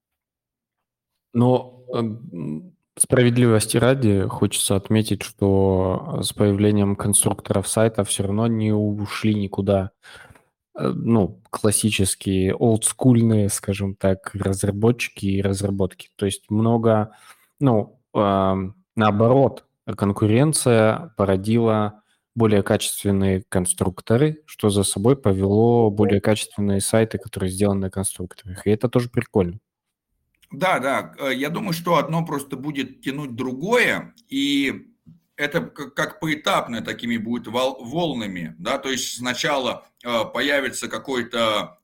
Но справедливости ради хочется отметить, что с появлением конструкторов сайта все равно не ушли никуда, ну, классические, олдскульные, скажем так, разработчики и разработки. То есть много, ну, э, наоборот, конкуренция породила более качественные конструкторы, что за собой повело более качественные сайты, которые сделаны на конструкторах. И это тоже прикольно. Да, да, я думаю, что одно просто будет тянуть другое, и это как поэтапно такими будет волнами, да, то есть сначала появится какой-то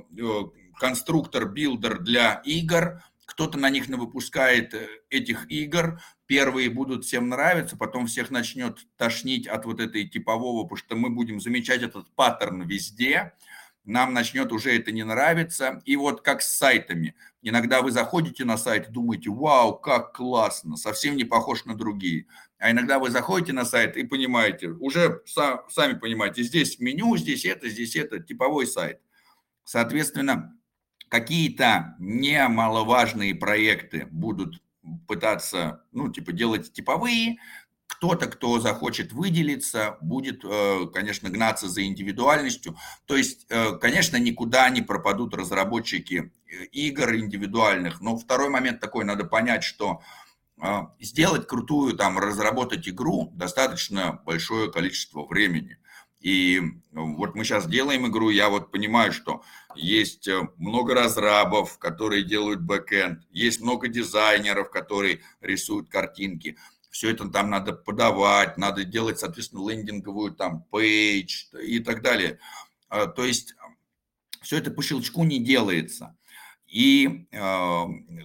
конструктор-билдер для игр, кто-то на них навыпускает этих игр, первые будут всем нравиться, потом всех начнет тошнить от вот этой типового, потому что мы будем замечать этот паттерн везде, нам начнет уже это не нравиться. И вот как с сайтами. Иногда вы заходите на сайт и думаете, вау, как классно, совсем не похож на другие. А иногда вы заходите на сайт и понимаете, уже сами понимаете, здесь меню, здесь это, здесь это, типовой сайт. Соответственно, какие-то немаловажные проекты будут пытаться, ну, типа, делать типовые. Кто-то, кто захочет выделиться, будет, конечно, гнаться за индивидуальностью. То есть, конечно, никуда не пропадут разработчики игр индивидуальных. Но второй момент такой, надо понять, что сделать крутую, там, разработать игру достаточно большое количество времени. И вот мы сейчас делаем игру, я вот понимаю, что есть много разрабов, которые делают бэкэнд, есть много дизайнеров, которые рисуют картинки. Все это там надо подавать, надо делать, соответственно, лендинговую там пейдж и так далее. То есть все это по щелчку не делается. И а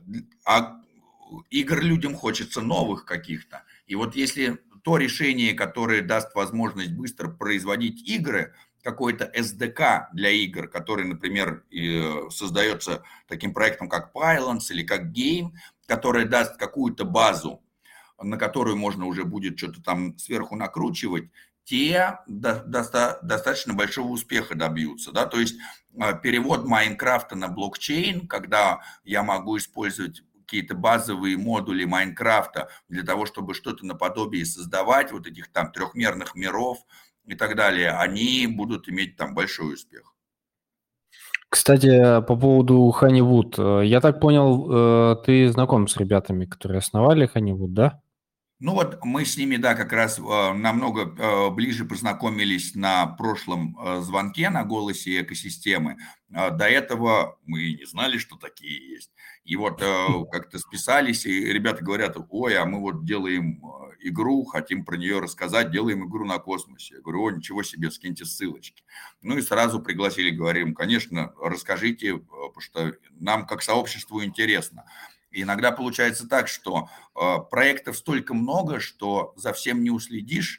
игр людям хочется новых каких-то. И вот если то решение, которое даст возможность быстро производить игры, какой-то эс ди кей для игр, который, например, создается таким проектом, как Pylons или как Game, который даст какую-то базу, на которую можно уже будет что-то там сверху накручивать, те до, до, достаточно большого успеха добьются. Да? То есть перевод Майнкрафта на блокчейн, когда я могу использовать какие-то базовые модули Майнкрафта для того, чтобы что-то наподобие создавать, вот этих там трехмерных миров и так далее, они будут иметь там большой успех. Кстати, по поводу Honeywood. Я так понял, ты знаком с ребятами, которые основали Honeywood, да? Ну вот мы с ними, да, как раз э, намного э, ближе познакомились на прошлом э, звонке на «Голосе экосистемы». А до этого мы и не знали, что такие есть. И вот э, как-то списались, и ребята говорят: ой, а мы вот делаем э, игру, хотим про нее рассказать, делаем игру на космосе. Я говорю: о, ничего себе, скиньте ссылочки. Ну и сразу пригласили, говорим: конечно, расскажите, э, потому что нам как сообществу интересно. И иногда получается так, что э, проектов столько много, что за всем не уследишь,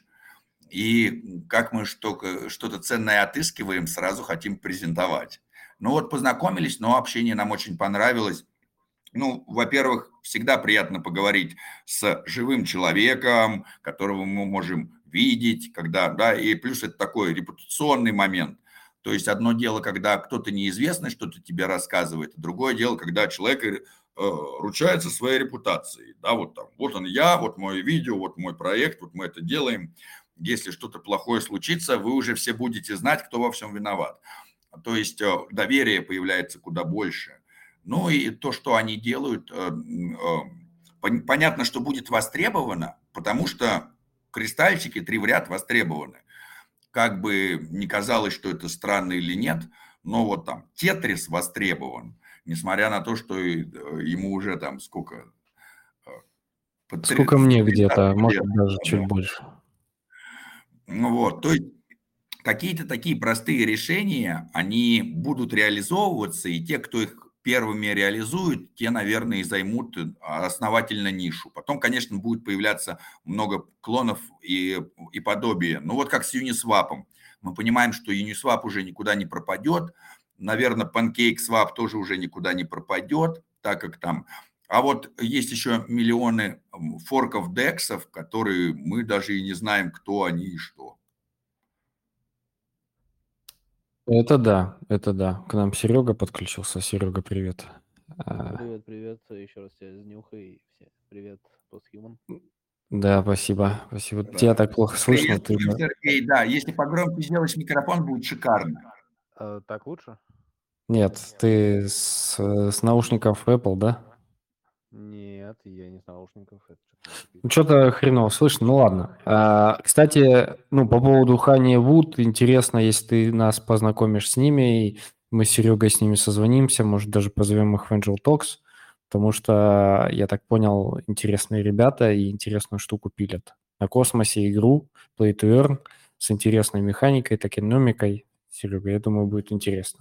и как мы что- что-то ценное отыскиваем, сразу хотим презентовать. Ну вот познакомились, но общение нам очень понравилось. Ну, во-первых, всегда приятно поговорить с живым человеком, которого мы можем видеть, когда, да, и плюс это такой репутационный момент. То есть одно дело, когда кто-то неизвестный что-то тебе рассказывает, а другое дело, когда человек э, ручается своей репутацией. Да, вот там, вот он я, вот мое видео, вот мой проект, вот мы это делаем. Если что-то плохое случится, вы уже все будете знать, кто во всем виноват. То есть э, доверие появляется куда больше. Ну и то, что они делают, э, э, понятно, что будет востребовано, потому что кристальчики три в ряд востребованы. Как бы ни казалось, что это странно или нет, но вот там Тетрис востребован, несмотря на то, что ему уже там сколько? Под Сколько мне где-то, может, лет. даже чуть больше. Ну вот, то есть какие-то такие простые решения, они будут реализовываться, и те, кто их первыми реализуют, те, наверное, и займут основательно нишу. Потом, конечно, будет появляться много клонов и, и подобия. Ну вот как с Uniswap. Мы понимаем, что Uniswap уже никуда не пропадет. Наверное, PancakeSwap тоже уже никуда не пропадет, так как там... А вот есть еще миллионы форков дексов, которые мы даже и не знаем, кто они и что. Это да, это да. К нам Серега подключился. Серега, привет. Привет, привет. Еще раз тебя с Нюхой. Привет, Posthuman. Да, спасибо. Спасибо. Да. Тебя так плохо слышно. Ты... Сергей, да, если погромче сделаешь микрофон, будет шикарно. А, так лучше? Нет, ты с, с наушников Apple, да? Нет, я не с наушников. Это ну, что-то хреново слышно. Ну ладно. А, кстати, ну, по поводу Honey Wood, интересно, если ты нас познакомишь с ними, и мы с Серегой с ними созвонимся, может, даже позовем их в Angel Talks, потому что, я так понял, интересные ребята и интересную штуку пилят. На космосе игру Play to Earn с интересной механикой, токеномикой. Серега, я думаю, будет интересно.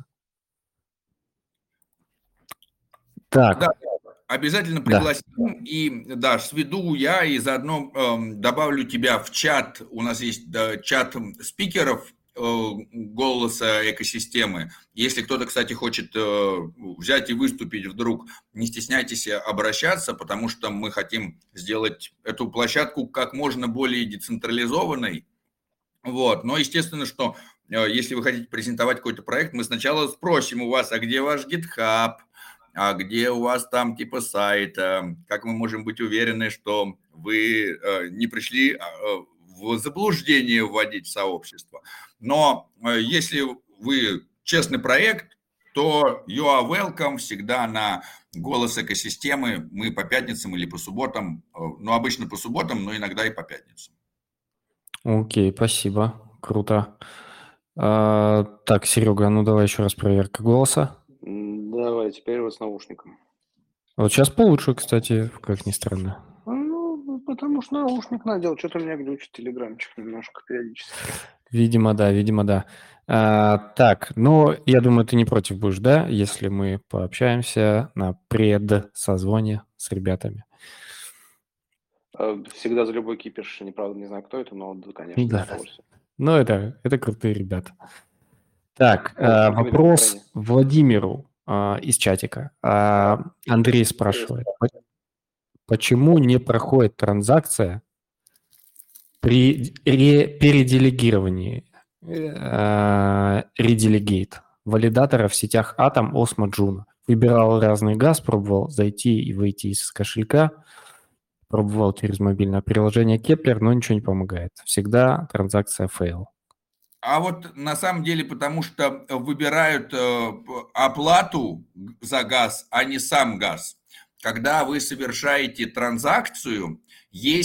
Так. Да, обязательно пригласим. Да. И да, сведу я и заодно э, добавлю тебя в чат. У нас есть да, чат спикеров э, голоса экосистемы. Если кто-то, кстати, хочет э, взять и выступить вдруг, не стесняйтесь обращаться, потому что мы хотим сделать эту площадку как можно более децентрализованной. Вот. Но естественно, что э, если вы хотите презентовать какой-то проект, мы сначала спросим у вас, а где ваш GitHub? А где у вас там типа сайт, как мы можем быть уверены, что вы не пришли в заблуждение вводить в сообщество. Но если вы честный проект, то you are welcome всегда на голос экосистемы. Мы по пятницам или по субботам, ну обычно по субботам, но иногда и по пятницам. Окей, спасибо, круто. А, так, Серега, ну давай еще раз проверка голоса. Давай, теперь вот с наушником. Вот сейчас получше, кстати, как ни странно. Ну, потому что наушник надел, что-то у меня глючит телеграмчик немножко периодически. Видимо, да, видимо, да. А, так, ну, я думаю, ты не против будешь, да, если мы пообщаемся на предсозвоне с ребятами? Всегда за любой кипиш, неправда, не знаю, кто это, но, конечно, да, с удовольствием. Ну, это, это крутые ребята. Так, а, вопрос Владимиру а, из чатика. А, Андрей спрашивает, почему не проходит транзакция при ре- переделегировании э, ределегейт валидатора в сетях Atom, Osmo, Juno? Выбирал разный газ, пробовал зайти и выйти из кошелька, пробовал через мобильное приложение Kepler, но ничего не помогает. Всегда транзакция fail. А вот на самом деле, потому что выбирают оплату за газ, а не сам газ. Когда вы совершаете транзакцию, есть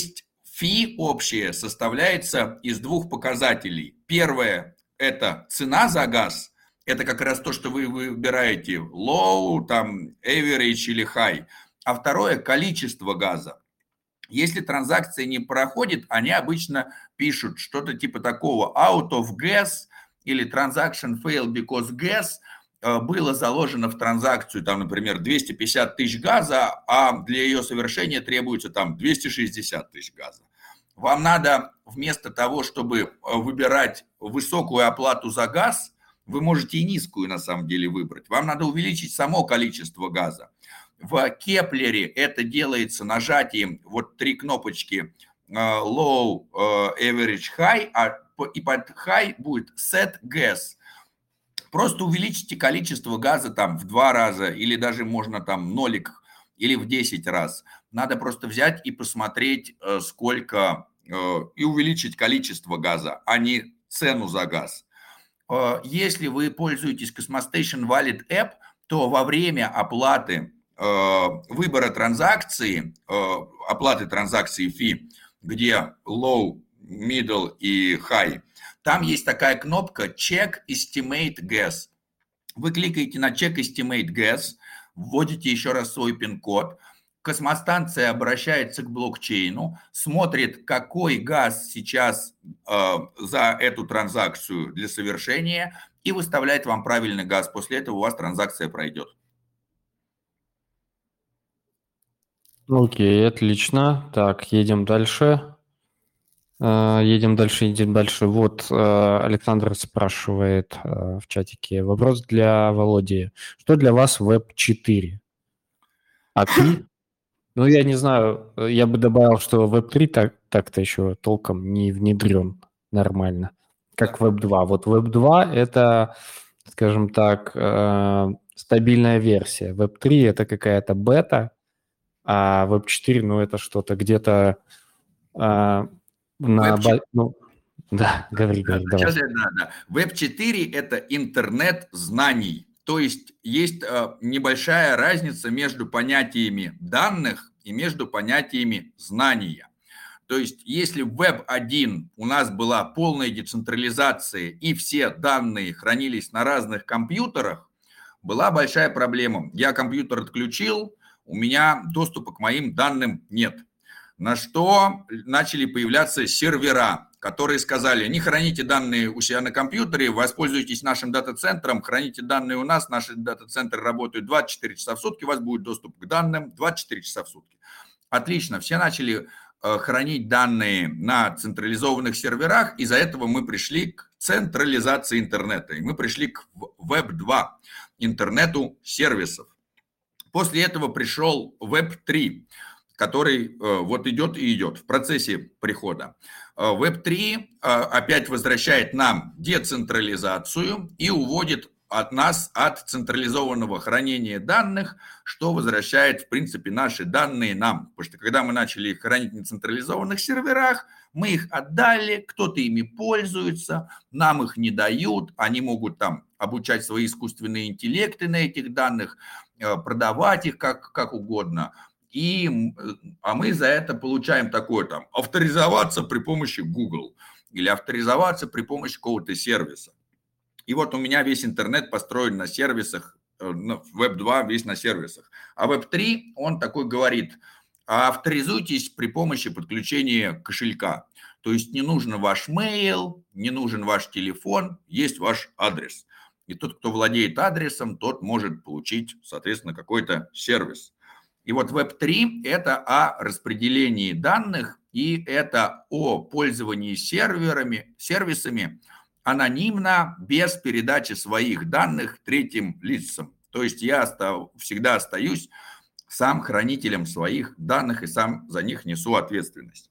фи общее составляется из двух показателей. Первое – это цена за газ. Это как раз то, что вы выбираете low, там, average или high. А второе – количество газа. Если транзакция не проходит, они обычно пишут что-то типа такого out of gas или transaction failed because gas было заложено в транзакцию, там, например, двести пятьдесят тысяч газа, а для ее совершения требуется там двести шестьдесят тысяч газа. Вам надо вместо того, чтобы выбирать высокую оплату за газ, вы можете и низкую на самом деле выбрать. Вам надо увеличить само количество газа. В Кеплере это делается нажатием вот три кнопочки low, average, high, и под high будет set gas. Просто увеличите количество газа там в два раза, или даже можно там нолик, или в десять раз. Надо просто взять и посмотреть, сколько, и увеличить количество газа, а не цену за газ. Если вы пользуетесь Cosmostation Wallet App, то во время оплаты выбора транзакции, оплаты транзакции фи, где low, middle и high, там есть такая кнопка Check Estimate Gas. Вы кликаете на Check Estimate Gas, вводите еще раз свой пин-код, космостанция обращается к блокчейну, смотрит, какой газ сейчас э, за эту транзакцию для совершения, и выставляет вам правильный газ. После этого у вас транзакция пройдет. Окей, отлично. Так, едем дальше. Едем дальше, едем дальше. Вот Александр спрашивает в чатике. Вопрос для Володи. Что для вас веб четыре? эй пи ай? Ну, я не знаю, я бы добавил, что веб три так, так-то еще толком не внедрен нормально, как веб два. Вот веб два – это, скажем так, стабильная версия. веб три – это какая-то бета, а веб четыре, ну, это что-то где-то... На Веб... ну, да, говори, говори, да, давай. Я, да, да. веб четыре – это интернет знаний. То есть есть э, небольшая разница между понятиями данных и между понятиями знания. То есть если в веб один у нас была полная децентрализация и все данные хранились на разных компьютерах, была большая проблема. Я компьютер отключил, у меня доступа к моим данным нет. На что начали появляться сервера, которые сказали: не храните данные у себя на компьютере, воспользуйтесь нашим дата-центром, храните данные у нас, наши дата-центры работают двадцать четыре часа в сутки, у вас будет доступ к данным двадцать четыре часа в сутки. Отлично, все начали э, хранить данные на централизованных серверах, из-за этого мы пришли к централизации интернета, и мы пришли к веб два, интернету сервисов. После этого пришел веб три, который э, вот идет и идет в процессе прихода. веб три э, опять возвращает нам децентрализацию и уводит от нас от централизованного хранения данных, что возвращает, в принципе, наши данные нам. Потому что когда мы начали их хранить на централизованных серверах, мы их отдали, кто-то ими пользуется, нам их не дают, они могут там обучать свои искусственные интеллекты на этих данных, э, продавать их как, как угодно. И, а мы за это получаем такое там авторизоваться при помощи Google или авторизоваться при помощи какого-то сервиса. И вот у меня весь интернет построен на сервисах, веб два весь на сервисах. А веб три, он такой говорит: авторизуйтесь при помощи подключения кошелька. То есть не нужен ваш mail, не нужен ваш телефон, есть ваш адрес. И тот, кто владеет адресом, тот может получить, соответственно, какой-то сервис. И вот веб три – это о распределении данных, и это о пользовании серверами, сервисами анонимно, без передачи своих данных третьим лицам. То есть я всегда остаюсь сам хранителем своих данных и сам за них несу ответственность.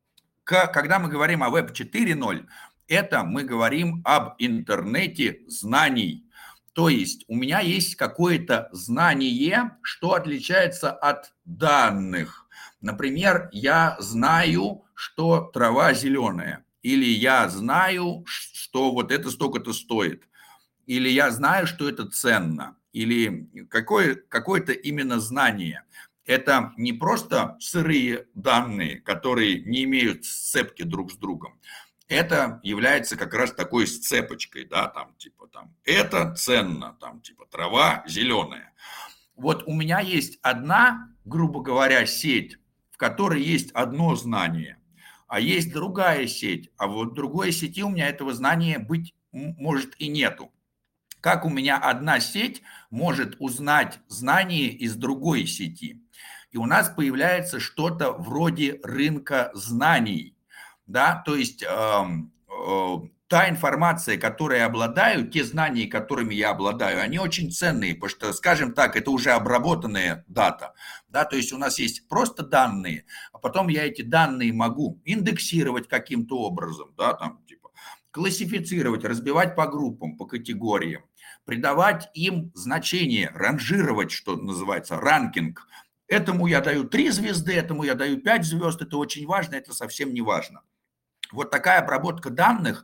Когда мы говорим о веб четыре ноль, это мы говорим об интернете знаний. То есть у меня есть какое-то знание, что отличается от данных. Например, я знаю, что трава зеленая. Или я знаю, что вот это столько-то стоит. Или я знаю, что это ценно. Или какое, какое-то именно знание. это не просто сырые данные, которые не имеют сцепки друг с другом. Это является как раз такой сцепочкой, да, там типа там это ценно, там типа трава зеленая. Вот у меня есть одна, грубо говоря, сеть, в которой есть одно знание, а есть другая сеть, а вот в другой сети у меня этого знания быть может и нету. Как у меня одна сеть может узнать знание из другой сети? И у нас появляется что-то вроде рынка знаний, да, то есть э, э, та информация, которой я обладаю, те знания, которыми я обладаю, они очень ценные, потому что, скажем так, это уже обработанная дата, да, то есть у нас есть просто данные, а потом я эти данные могу индексировать каким-то образом, да, там, типа, классифицировать, разбивать по группам, по категориям, придавать им значение, ранжировать, что называется, ранкинг. Этому я даю три звезды, этому я даю пять звезд, это очень важно, это совсем не важно. Вот такая обработка данных,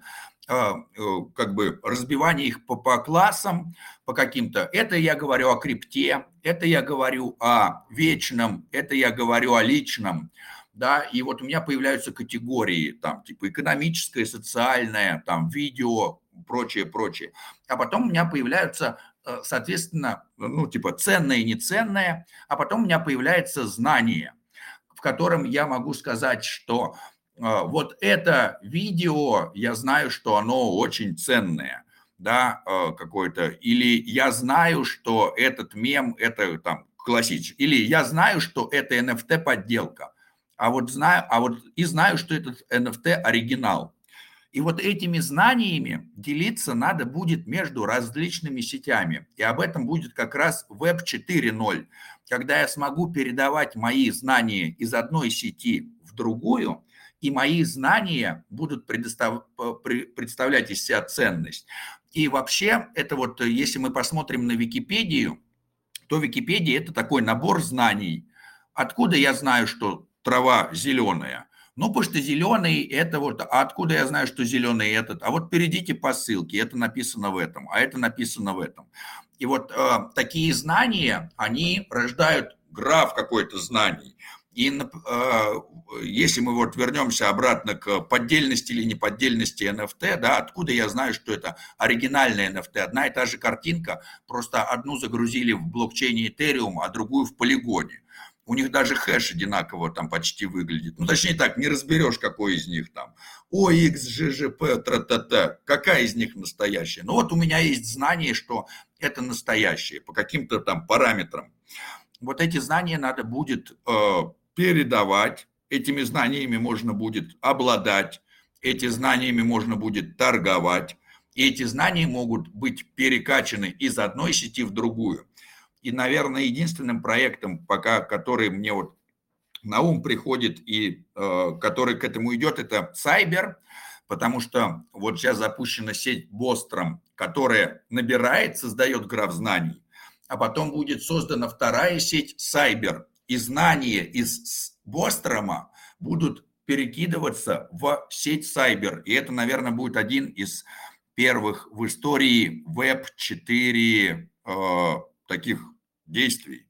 как бы разбивание их по, по классам, по каким-то, это я говорю о крипте, это я говорю о вечном, это я говорю о личном, да, и вот у меня появляются категории, там, типа экономическое, социальное, там, видео, прочее, прочее, а потом у меня появляются, соответственно, ну, типа ценное и неценное, а потом у меня появляется знание, в котором я могу сказать, что вот это видео, я знаю, что оно очень ценное, да, какое-то, или я знаю, что этот мем, это там классический, или я знаю, что это эн эф ти-подделка, а вот знаю, а вот и знаю, что этот эн эф ти оригинал. И вот этими знаниями делиться надо будет между различными сетями. И об этом будет как раз веб четыре ноль, когда я смогу передавать мои знания из одной сети в другую, и мои знания будут предостав... представлять из себя ценность. И вообще, это вот, если мы посмотрим на Википедию, то Википедия – это такой набор знаний. Откуда я знаю, что трава зеленая? Ну, потому что зеленый – это вот… А откуда я знаю, что зеленый этот? А вот перейдите по ссылке, это написано в этом, а это написано в этом. И вот э, такие знания, они рождают граф какой-то знаний. И э, если мы вот вернемся обратно к поддельности или неподдельности эн эф ти, да, откуда я знаю, что это оригинальный эн эф ти? Одна и та же картинка, просто одну загрузили в блокчейне Ethereum, а другую в полигоне. У них даже хэш одинаково там почти выглядит. Ну, точнее так, не разберешь, какой из них там. о икс, джи джи пи, тра-та-та. Какая из них настоящая? Ну, вот у меня есть знание, что это настоящее по каким-то там параметрам. Вот эти знания надо будет э, передавать, этими знаниями можно будет обладать, эти знаниями можно будет торговать, и эти знания могут быть перекачаны из одной сети в другую. И, наверное, единственным проектом, пока, который мне вот на ум приходит и э, который к этому идет, это Cyber, потому что вот сейчас запущена сеть Bostrom, которая набирает, создает граф знаний, а потом будет создана вторая сеть Cyber, и знания из Бострома будут перекидываться в сеть Cyber. И это, наверное, будет один из первых в истории веб четыре э, таких действий.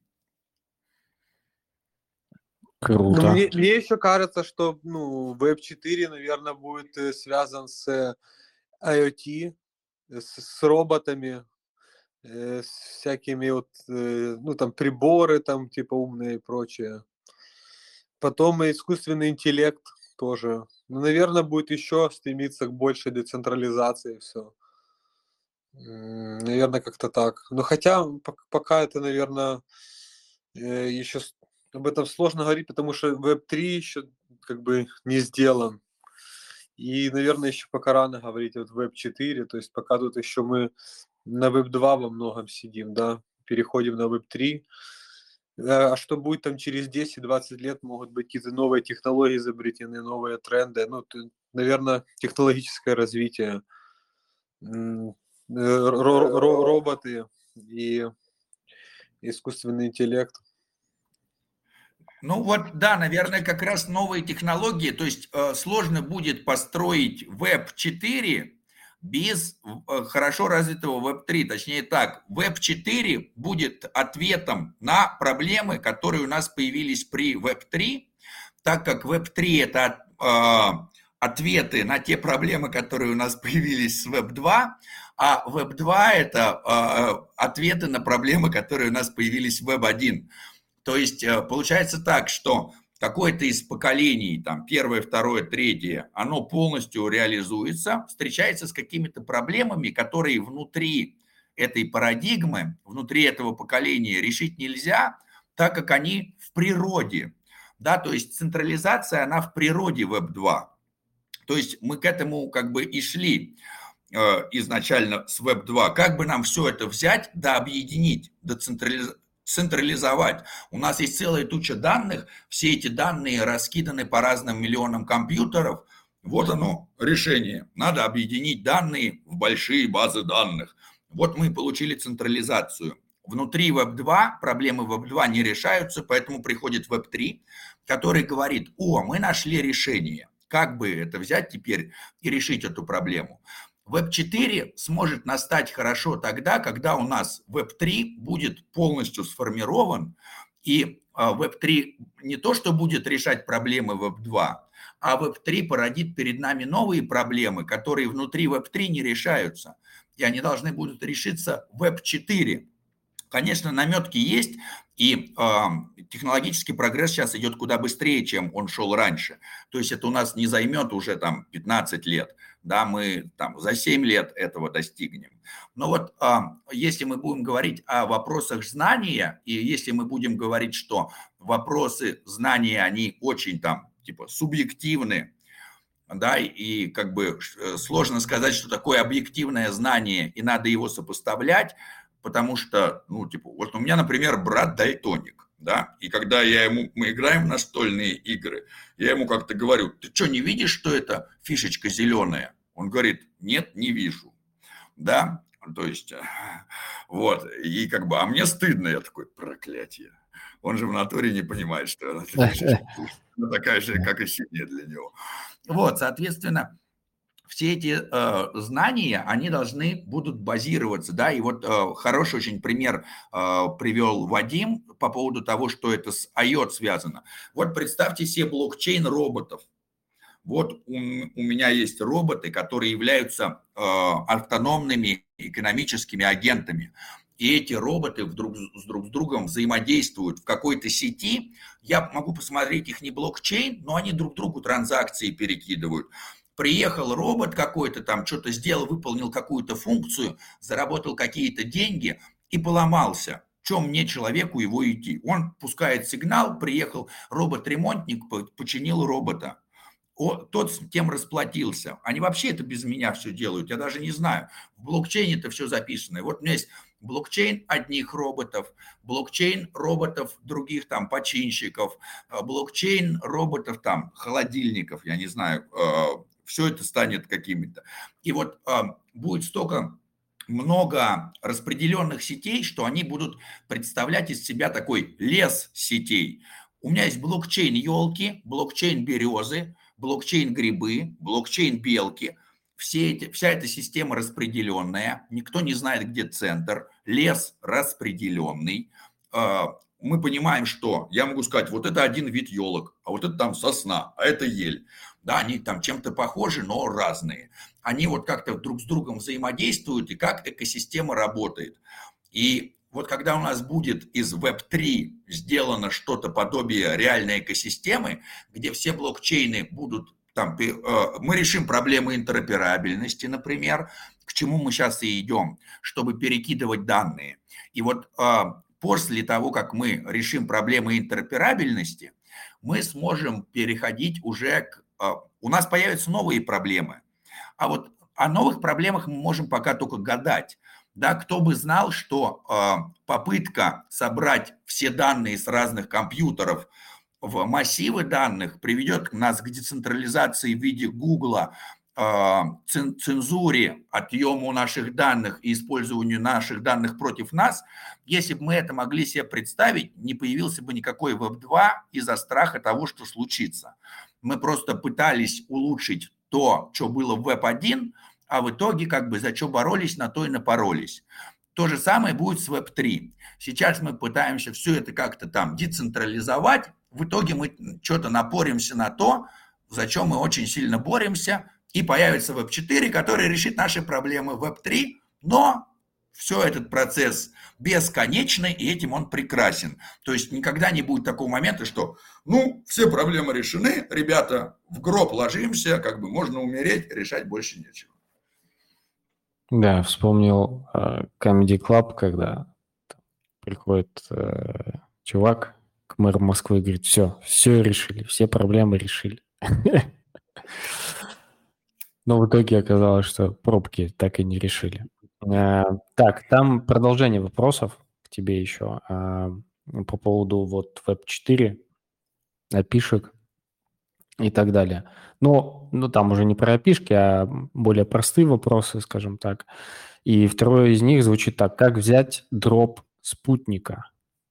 Круто. Ну, мне, мне еще кажется, что ну, веб четыре, наверное, будет э, связан с IoT, с, с роботами, э, с всякими вот, э, ну, там, приборы, там, типа, умные и прочее. Потом и искусственный интеллект тоже. Ну, наверное, будет еще стремиться к большей децентрализации все. Наверное, как-то так. Но хотя пока это, наверное, еще об этом сложно говорить, потому что веб три еще как бы не сделан. И, наверное, еще пока рано говорить вот веб четыре, то есть пока тут еще мы на веб два во многом сидим, да, переходим на веб три. А что будет там через десять-двадцать лет, могут быть какие-то новые технологии изобретены, новые тренды. Ну, наверное, технологическое развитие, роботы и искусственный интеллект. Ну вот, да, наверное, как раз новые технологии, то есть э, сложно будет построить веб четыре, без хорошо развитого веб три, точнее так, веб четыре будет ответом на проблемы, которые у нас появились при веб три, так как веб три это э, ответы на те проблемы, которые у нас появились с веб два, а веб два это э, ответы на проблемы, которые у нас появились в веб один. То есть э, получается так, что какое-то из поколений, там, первое, второе, третье, оно полностью реализуется, встречается с какими-то проблемами, которые внутри этой парадигмы, внутри этого поколения решить нельзя, так как они в природе. Да, то есть централизация, она в природе веб два. То есть мы к этому как бы и шли э, изначально с веб два. Как бы нам все это взять, да объединить, да централизовать. централизовать. У нас есть целая туча данных, все эти данные раскиданы по разным миллионам компьютеров. Вот оно решение. Надо объединить данные в большие базы данных. Вот мы получили централизацию. Внутри веб два проблемы веб два не решаются, поэтому приходит веб три, который говорит: о, мы нашли решение. Как бы это взять теперь и решить эту проблему? веб четыре сможет настать хорошо тогда, когда у нас веб три будет полностью сформирован, и веб три не то, что будет решать проблемы веб два, а веб три породит перед нами новые проблемы, которые внутри веб три не решаются, и они должны будут решиться в веб четыре. Конечно, наметки есть, и э, технологический прогресс сейчас идет куда быстрее, чем он шел раньше. То есть это у нас не займет уже там пятнадцать лет, да, мы там за семь лет этого достигнем. Но вот э, если мы будем говорить о вопросах знания, и если мы будем говорить, что вопросы знания, они очень там типа субъективны, да, и как бы сложно сказать, что такое объективное знание, и надо его сопоставлять, потому что, ну, типа, вот у меня, например, брат дальтоник, да, и когда я ему, мы играем в настольные игры, я ему как-то говорю: ты что, не видишь, что это фишечка зеленая? Он говорит: нет, не вижу, да, то есть, вот, и как бы, а мне стыдно, я такой: проклятие, он же в натуре не понимает, что это фишечка такая же, как и синяя для него. Вот, соответственно, все эти э, знания, они должны будут базироваться, да, и вот э, хороший очень пример э, привел Вадим по поводу того, что это с ай о ти связано. Вот представьте себе блокчейн роботов. Вот у, у меня есть роботы, которые являются э, автономными экономическими агентами. И эти роботы вдруг, с друг с другом взаимодействуют в какой-то сети. Я могу посмотреть их не блокчейн, но они друг другу транзакции перекидывают. Приехал робот какой-то там, что-то сделал, выполнил какую-то функцию, заработал какие-то деньги и поломался. Чем мне, человеку, его идти? Он пускает сигнал, приехал робот-ремонтник, починил робота. О, тот с тем расплатился. Они вообще это без меня все делают, я даже не знаю. В блокчейне это все записано. И вот у меня есть блокчейн одних роботов, блокчейн роботов других там починщиков, блокчейн роботов там холодильников, я не знаю, все это станет какими-то. И вот будет столько много распределенных сетей, что они будут представлять из себя такой лес сетей. У меня есть блокчейн елки, блокчейн березы, блокчейн грибы, блокчейн белки. Все эти, вся эта система распределенная, никто не знает, где центр, лес распределенный. Мы понимаем, что я могу сказать: вот это один вид елок, а вот это там сосна, а это ель. Да, они там чем-то похожи, но разные. Они вот как-то друг с другом взаимодействуют, и как экосистема работает. И вот когда у нас будет из веб три сделано что-то подобие реальной экосистемы, где все блокчейны будут там, мы решим проблемы интероперабельности, например, к чему мы сейчас и идем, чтобы перекидывать данные. И вот после того, как мы решим проблемы интероперабельности, мы сможем переходить уже к... У нас появятся новые проблемы. А вот о новых проблемах мы можем пока только гадать. Да, кто бы знал, что попытка собрать все данные с разных компьютеров в массивы данных приведет нас к децентрализации в виде Гугла, цензуре, отъему наших данных и использованию наших данных против нас. Если бы мы это могли себе представить, не появился бы никакой веб два из-за страха того, что случится. Мы просто пытались улучшить то, что было в веб один, а в итоге как бы за что боролись, на то и напоролись. То же самое будет с веб три. Сейчас мы пытаемся все это как-то там децентрализовать, в итоге мы что-то напоримся на то, за что мы очень сильно боремся, и появится веб четыре, который решит наши проблемы веб три, но все этот процесс бесконечный, и этим он прекрасен. То есть никогда не будет такого момента, что, ну, все проблемы решены, ребята, в гроб ложимся, как бы можно умереть, решать больше нечего. Да, вспомнил э, Comedy Club, когда приходит э, чувак к мэру Москвы и говорит, все, все решили, все проблемы решили. Но в итоге оказалось, что пробки так и не решили. Э, Так, там продолжение вопросов к тебе еще а, по поводу вот веб четыре, опишек и так далее. Но, ну, там уже не про опишки, а более простые вопросы, скажем так. И второй из них звучит так. Как взять дроп спутника?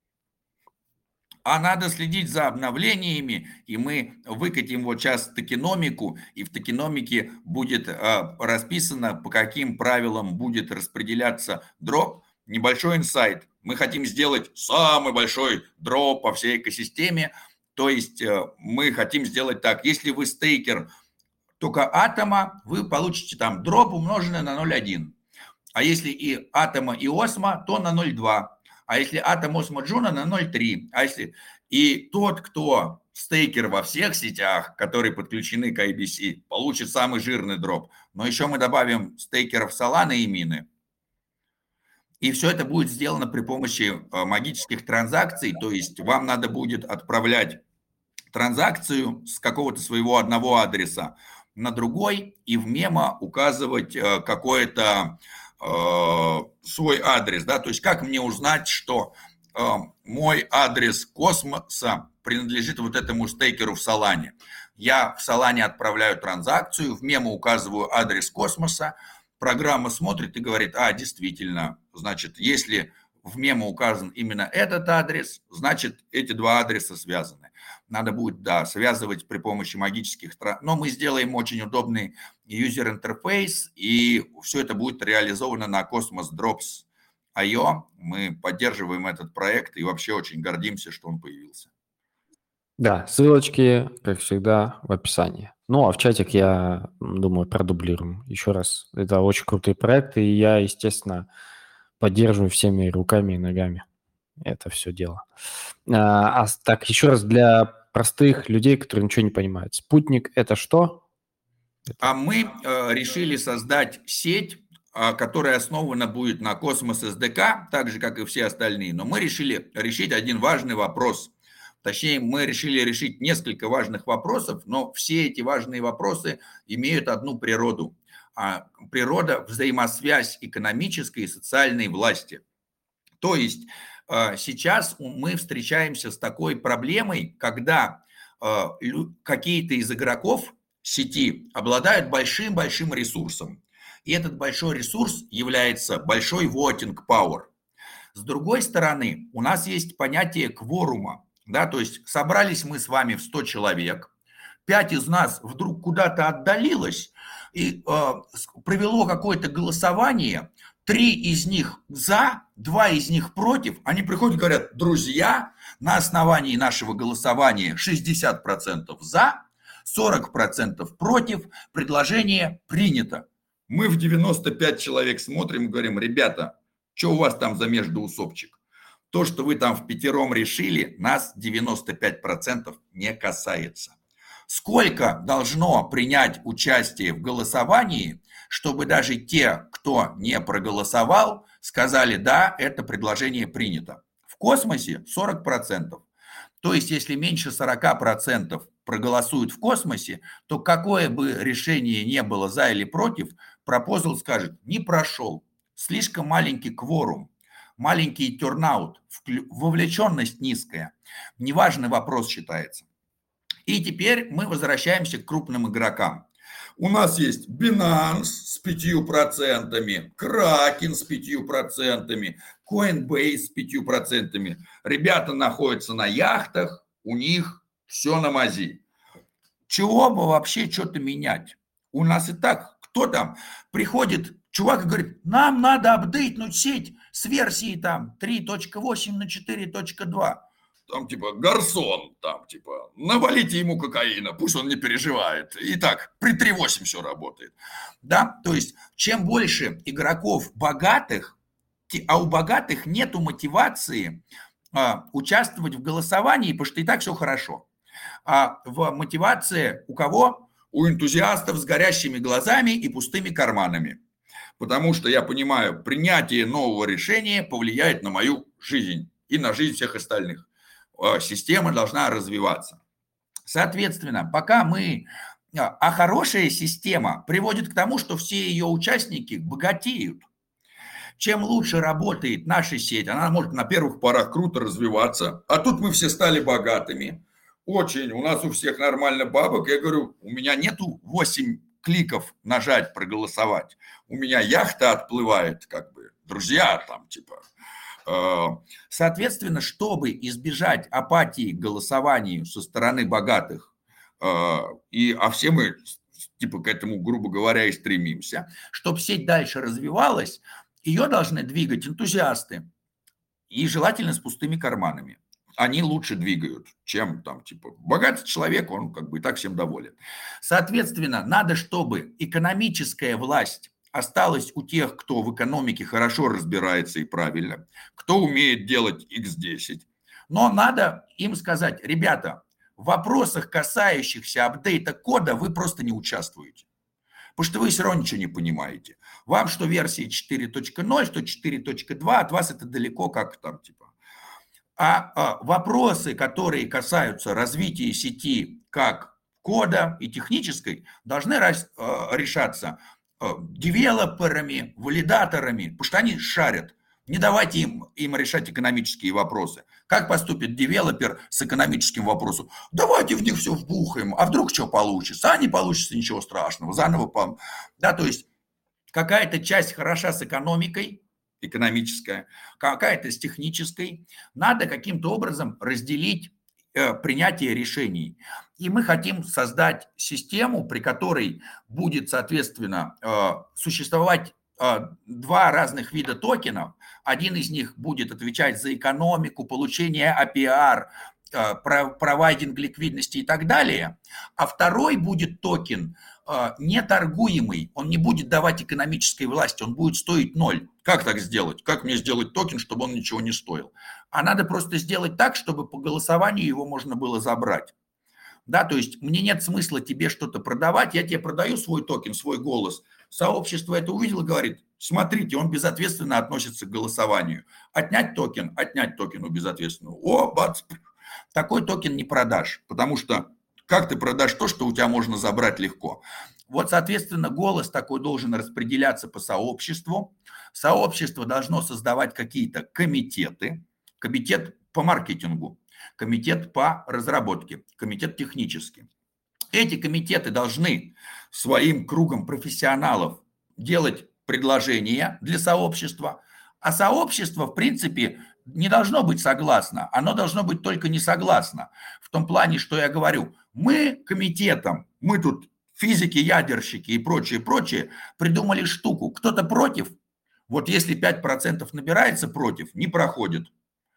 А надо следить за обновлениями, и мы выкатим вот сейчас токеномику, и в токеномике будет э, расписано, по каким правилам будет распределяться дроп. Небольшой инсайт. Мы хотим сделать самый большой дроп по всей экосистеме, то есть э, мы хотим сделать так, если вы стейкер только атома, вы получите там дроп умноженный на ноль целых одна десятая. А если и атома, и осмо, то на ноль целых две десятых. А если атом осмо джуна, на ноль целых три десятых. А если и тот, кто стейкер во всех сетях, которые подключены к ай би си, получит самый жирный дроп. Но еще мы добавим стейкеров Solana и мины. И все это будет сделано при помощи магических транзакций. То есть вам надо будет отправлять транзакцию с какого-то своего одного адреса на другой и в мемо указывать какой-то э, свой адрес. Да? То есть как мне узнать, что э, мой адрес космоса принадлежит вот этому стейкеру в Солане? Я в Солане отправляю транзакцию, в мемо указываю адрес космоса, программа смотрит и говорит, а, действительно, значит, если в мемо указан именно этот адрес, значит, эти два адреса связаны. Надо будет, да, связывать при помощи магических... Но мы сделаем очень удобный юзер-интерфейс, и все это будет реализовано на Cosmos Drops точка ай о. Мы поддерживаем этот проект и вообще очень гордимся, что он появился. Да, ссылочки, как всегда, в описании. Ну, а в чатик, я думаю, продублируем еще раз. Это очень крутые проекты, и я, естественно, поддерживаю всеми руками и ногами это все дело. А, а так, еще раз, для простых людей, которые ничего не понимают. Спутник – это что? А мы э, решили создать сеть, э, которая основана будет на Cosmos эс ди кей, так же, как и все остальные. Но мы решили решить один важный вопрос. Точнее, мы решили решить несколько важных вопросов, но все эти важные вопросы имеют одну природу. А природа – взаимосвязь экономической и социальной власти. То есть сейчас мы встречаемся с такой проблемой, когда какие-то из игроков сети обладают большим-большим ресурсом. И этот большой ресурс является большой voting power. С другой стороны, у нас есть понятие кворума. Да, то есть собрались мы с вами в сто человек, пять из нас вдруг куда-то отдалилось и э, провело какое-то голосование, три из них за, два из них против, они приходят и говорят, друзья, на основании нашего голосования шестьдесят процентов за, сорок процентов против, предложение принято. Мы в девяносто пять человек смотрим и говорим, ребята, что у вас там за междоусобчик? То, что вы там в пятером решили, нас девяносто пять процентов не касается. Сколько должно принять участие в голосовании, чтобы даже те, кто не проголосовал, сказали, да, это предложение принято? В космосе сорок процентов. То есть, если меньше сорок процентов проголосуют в космосе, то какое бы решение не было за или против, пропозал скажет, не прошел, слишком маленький кворум. Маленький тернаут, вовлеченность низкая. Неважный вопрос считается. И теперь мы возвращаемся к крупным игрокам. У нас есть Binance с пятью процентами, Kraken с пятью процентами, Coinbase с пятью процентами. Ребята находятся на яхтах, у них все на мази. Чего бы вообще что-то менять? У нас и так Кто там? Приходит чувак и говорит, нам надо апдейтнуть сеть с версии там три точка восемь на четыре точка два. Там типа гарсон, там типа навалите ему кокаина, пусть он не переживает. И так, при три точка восемь все работает. Да, то есть чем больше игроков богатых, а у богатых нету мотивации а, участвовать в голосовании, потому что и так все хорошо. А в мотивации у кого? У энтузиастов с горящими глазами и пустыми карманами. Потому что я понимаю, принятие нового решения повлияет на мою жизнь и на жизнь всех остальных. Система должна развиваться. Соответственно, пока мы... А хорошая система приводит к тому, что все ее участники богатеют. Чем лучше работает наша сеть, она может на первых порах круто развиваться, а тут мы все стали богатыми. Очень, у нас у всех нормально бабок. Я говорю, у меня нету восемь кликов нажать, проголосовать. У меня яхта отплывает, как бы, друзья там, типа... Соответственно, чтобы избежать апатии к голосованию со стороны богатых, и, а все мы типа к этому, грубо говоря, и стремимся, чтобы сеть дальше развивалась, ее должны двигать энтузиасты, и желательно с пустыми карманами. Они лучше двигают, чем там типа богатый человек, он как бы и так всем доволен. Соответственно, надо, чтобы экономическая власть осталось у тех, кто в экономике хорошо разбирается и правильно, кто умеет делать икс десять. Но надо им сказать, ребята, в вопросах, касающихся апдейта кода, вы просто не участвуете. Потому что вы все равно ничего не понимаете. Вам что версия четыре точка ноль, что четыре точка два, от вас это далеко как там типа. А, а вопросы, которые касаются развития сети как кода и технической, должны раз, а, решаться девелоперами, валидаторами, потому что они шарят. Не давайте им, им решать экономические вопросы. Как поступит девелопер с экономическим вопросом? Давайте в них все вбухаем, а вдруг что получится? А не получится ничего страшного, заново пом... Да, то есть какая-то часть хороша с экономикой, экономическая, какая-то с технической. Надо каким-то образом разделить принятие решений. И мы хотим создать систему, при которой будет, соответственно, существовать два разных вида токенов. Один из них будет отвечать за экономику, получение эй пи ай, провайдинг ликвидности и так далее. А второй будет токен неторгуемый. Он не будет давать экономической власти, он будет стоить ноль. Как так сделать? Как мне сделать токен, чтобы он ничего не стоил? А надо просто сделать так, чтобы по голосованию его можно было забрать. Да, то есть мне нет смысла тебе что-то продавать, я тебе продаю свой токен, свой голос. Сообщество это увидело и говорит, смотрите, он безответственно относится к голосованию. Отнять токен, отнять токен у безответственного. О, бац, такой токен не продашь, потому что как ты продашь то, что у тебя можно забрать легко? Вот, соответственно, голос такой должен распределяться по сообществу. Сообщество должно создавать какие-то комитеты. Комитет по маркетингу, комитет по разработке, комитет технический. Эти комитеты должны своим кругом профессионалов делать предложения для сообщества, а сообщество, в принципе, не должно быть согласно, оно должно быть только не согласно. В том плане, что я говорю, мы комитетом, мы тут физики, ядерщики и прочее, прочее, придумали штуку. Кто-то против, вот если пять процентов набирается против, не проходит.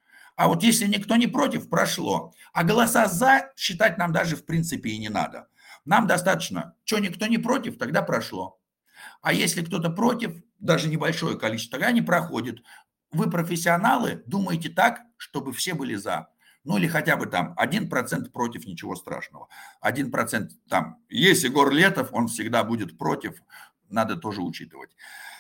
А вот если никто не против, прошло. А голоса за считать нам даже в принципе и не надо. Нам достаточно, что никто не против, тогда прошло. А если кто-то против, даже небольшое количество, тогда не проходит. Вы профессионалы, думаете так, чтобы все были за. Ну или хотя бы там один процент против, ничего страшного. один процент там, есть Егор Летов, он всегда будет против, надо тоже учитывать.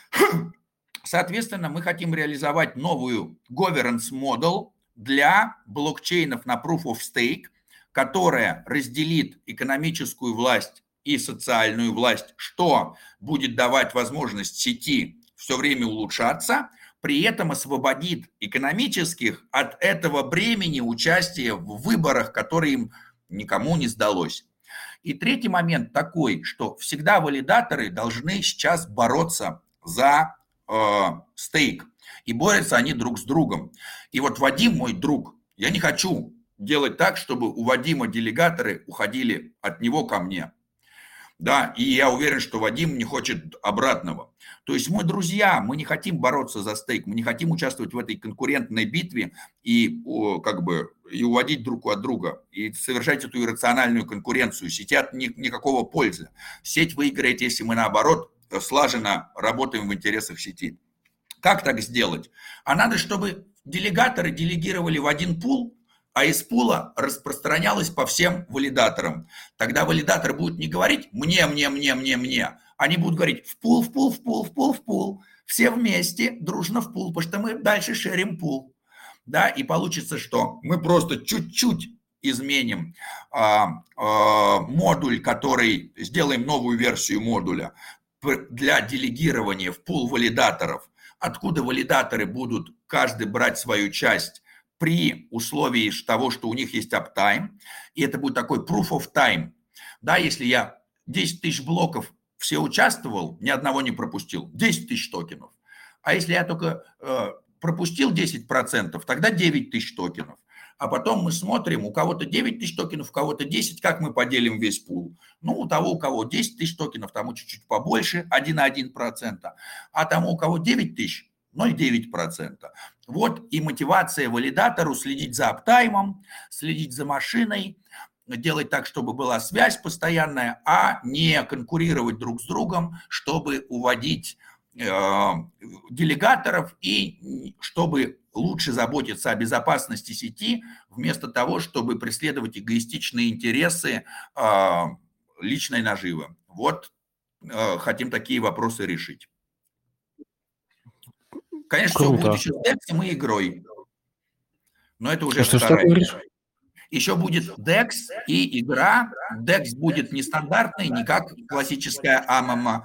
Соответственно, мы хотим реализовать новую governance model для блокчейнов на Proof of Stake, которая разделит экономическую власть и социальную власть, что будет давать возможность сети все время улучшаться, при этом освободит экономических от этого бремени участия в выборах, которые им никому не сдалось. И третий момент такой, что всегда валидаторы должны сейчас бороться за э, стейк. И борются они друг с другом. И вот Вадим, мой друг, я не хочу делать так, чтобы у Вадима делегаторы уходили от него ко мне. Да, и я уверен, что Вадим не хочет обратного. То есть мы друзья, мы не хотим бороться за стейк, мы не хотим участвовать в этой конкурентной битве и о, как бы и уводить друг от друга, и совершать эту иррациональную конкуренцию. Сети от них никакого пользы. Сеть выиграет, если мы, наоборот, слаженно работаем в интересах сети. Как так сделать? А надо, чтобы делегаторы делегировали в один пул, а из пула распространялось по всем валидаторам. Тогда валидаторы будут не говорить «мне, мне, мне, мне, мне», они будут говорить «в пул, в пул, в пул, в пул, в пул». Все вместе, дружно в пул, потому что мы дальше шерим пул. Да, и получится, что мы просто чуть-чуть изменим а, а, модуль, который, сделаем новую версию модуля для делегирования в пул валидаторов, откуда валидаторы будут каждый брать свою часть при условии того, что у них есть аптайм, и это будет такой proof of time. Да, если я десять тысяч блоков все участвовал, ни одного не пропустил, десять тысяч токенов. А если я только э, пропустил десять процентов, тогда девять тысяч токенов. А потом мы смотрим, у кого-то девять тысяч токенов, у кого-то десять, как мы поделим весь пул. Ну, у того, у кого десять тысяч токенов, тому чуть-чуть побольше, один целых одна десятая процента. А тому, у кого девять тысяч, ноль целых девять десятых процента. Вот и мотивация валидатору следить за аптаймом, следить за машиной, делать так, чтобы была связь постоянная, а не конкурировать друг с другом, чтобы уводить э, делегаторов и чтобы лучше заботиться о безопасности сети, вместо того, чтобы преследовать эгоистичные интересы э, личной наживы. Вот э, хотим такие вопросы решить. Конечно, что будет еще с дексом и игрой. Но это уже Что, вторая. Что говоришь? Еще будет декс и игра. декс будет нестандартный, не как классическая АММ,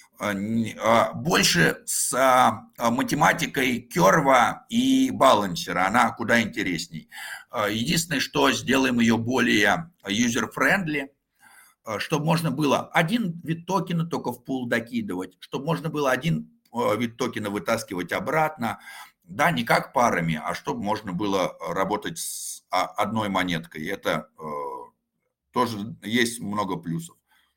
больше с математикой керва и балансера. Она куда интересней. Единственное, что сделаем ее более user-friendly, чтобы можно было один вид токена только в пул докидывать, чтобы можно было один вид токена вытаскивать обратно, да, не как парами, а чтобы можно было работать с одной монеткой. Это э, тоже есть много плюсов.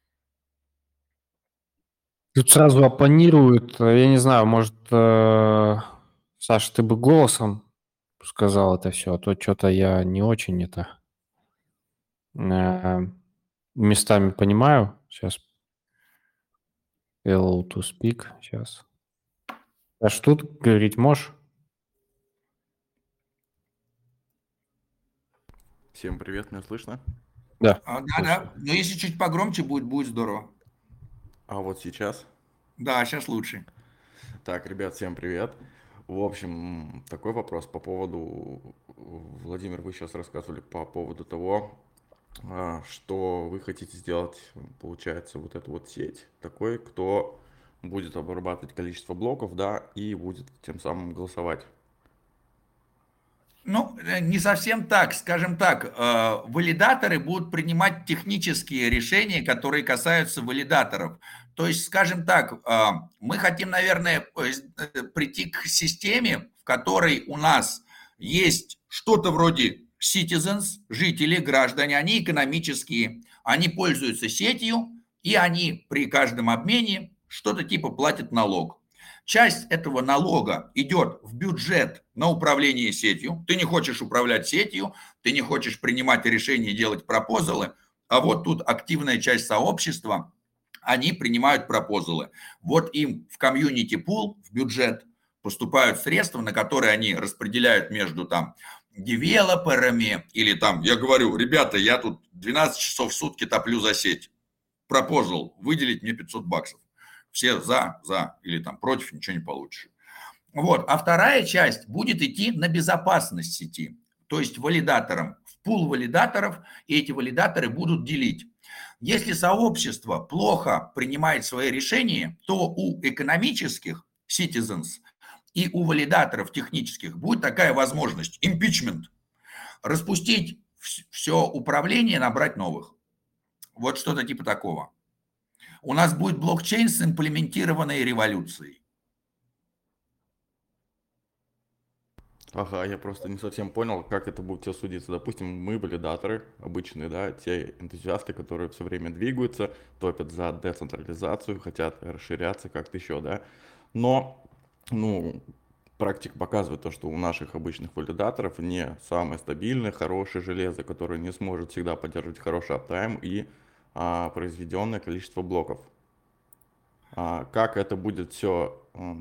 Тут сразу оппонируют, я не знаю, может, э, Саша, ты бы голосом сказал это все, а то что-то я не очень это э, местами понимаю. Сейчас. Hello to speak. Сейчас. А что тут говорить можешь? Всем привет, меня слышно? Да. А, да, да. Но если чуть погромче будет, будет здорово. А вот сейчас? Да, сейчас лучше. Так, ребят, всем привет. В общем, такой вопрос по поводу... Владимир, вы сейчас рассказывали по поводу того, что вы хотите сделать, получается, вот эту вот сеть. Такой, кто будет обрабатывать количество блоков, да, и будет тем самым голосовать. Ну, не совсем так. Скажем так, валидаторы будут принимать технические решения, которые касаются валидаторов. То есть, скажем так, мы хотим, наверное, прийти к системе, в которой у нас есть что-то вроде citizens, жители, граждане, они экономические, они пользуются сетью, и они при каждом обмене что-то типа платят налог. Часть этого налога идет в бюджет на управление сетью. Ты не хочешь управлять сетью, ты не хочешь принимать решения, делать пропозалы, а вот тут активная часть сообщества, они принимают пропозалы. Вот им в комьюнити пул, в бюджет поступают средства, на которые они распределяют между там девелоперами или там, я говорю, ребята, я тут двенадцать часов в сутки топлю за сеть. Пропозал, выделить мне пятьсот баксов. Все за, за или там против, ничего не получишь. Вот. А вторая часть будет идти на безопасность сети. То есть валидаторам, в пул валидаторов, и эти валидаторы будут делить. Если сообщество плохо принимает свои решения, то у экономических citizens и у валидаторов технических будет такая возможность, импичмент, распустить все управление, набрать новых. Вот что-то типа такого. У нас будет блокчейн с имплементированной революцией. Ага, я просто не совсем понял, как это будет все судиться. Допустим, мы валидаторы обычные, да, те энтузиасты, которые все время двигаются, топят за децентрализацию, хотят расширяться как-то еще, да. Но, ну, практика показывает то, что у наших обычных валидаторов не самое стабильное, хорошее железо, которое не сможет всегда поддерживать хороший аптайм и а, произведенное количество блоков. А, как это будет все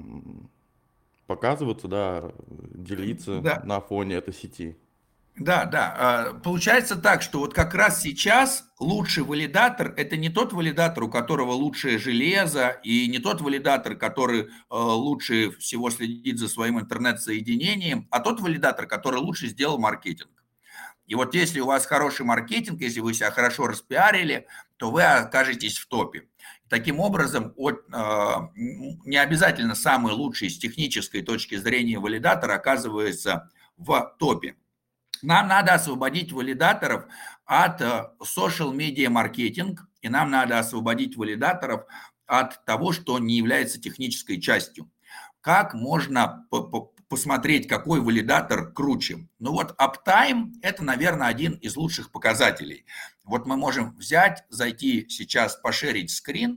показываться, да, делиться Да. на фоне этой сети? Да, да. А, Получается так, что вот как раз сейчас лучший валидатор – это не тот валидатор, у которого лучшее железо, и не тот валидатор, который э, лучше всего следит за своим интернет-соединением, а тот валидатор, который лучше сделал маркетинг. И вот если у вас хороший маркетинг, если вы себя хорошо распиарили, то вы окажетесь в топе. Таким образом, от, э, не обязательно самый лучший с технической точки зрения валидатор оказывается в топе. Нам надо освободить валидаторов от social media маркетинг, и нам надо освободить валидаторов от того, что не является технической частью. Как можно посмотреть, какой валидатор круче? Ну вот Uptime – это, наверное, один из лучших показателей. Вот мы можем взять, зайти сейчас, пошерить скрин,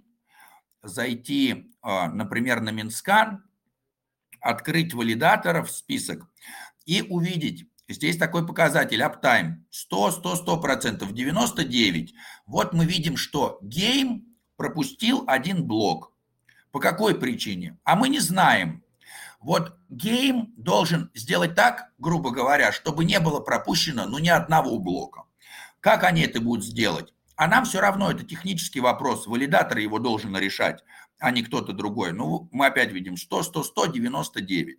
зайти, например, на Минскан, открыть валидаторов, список, и увидеть. Здесь такой показатель Uptime сто, сто, сто процентов, девяносто девять. Вот мы видим, что Game пропустил один блок. По какой причине? А мы не знаем. Вот Game должен сделать так, грубо говоря, чтобы не было пропущено ну ни одного блока. Как они это будут сделать? А нам все равно это технический вопрос. Валидатор его должен решать, а не кто-то другой. Ну, мы опять видим сто, сто, сто, девяносто девять.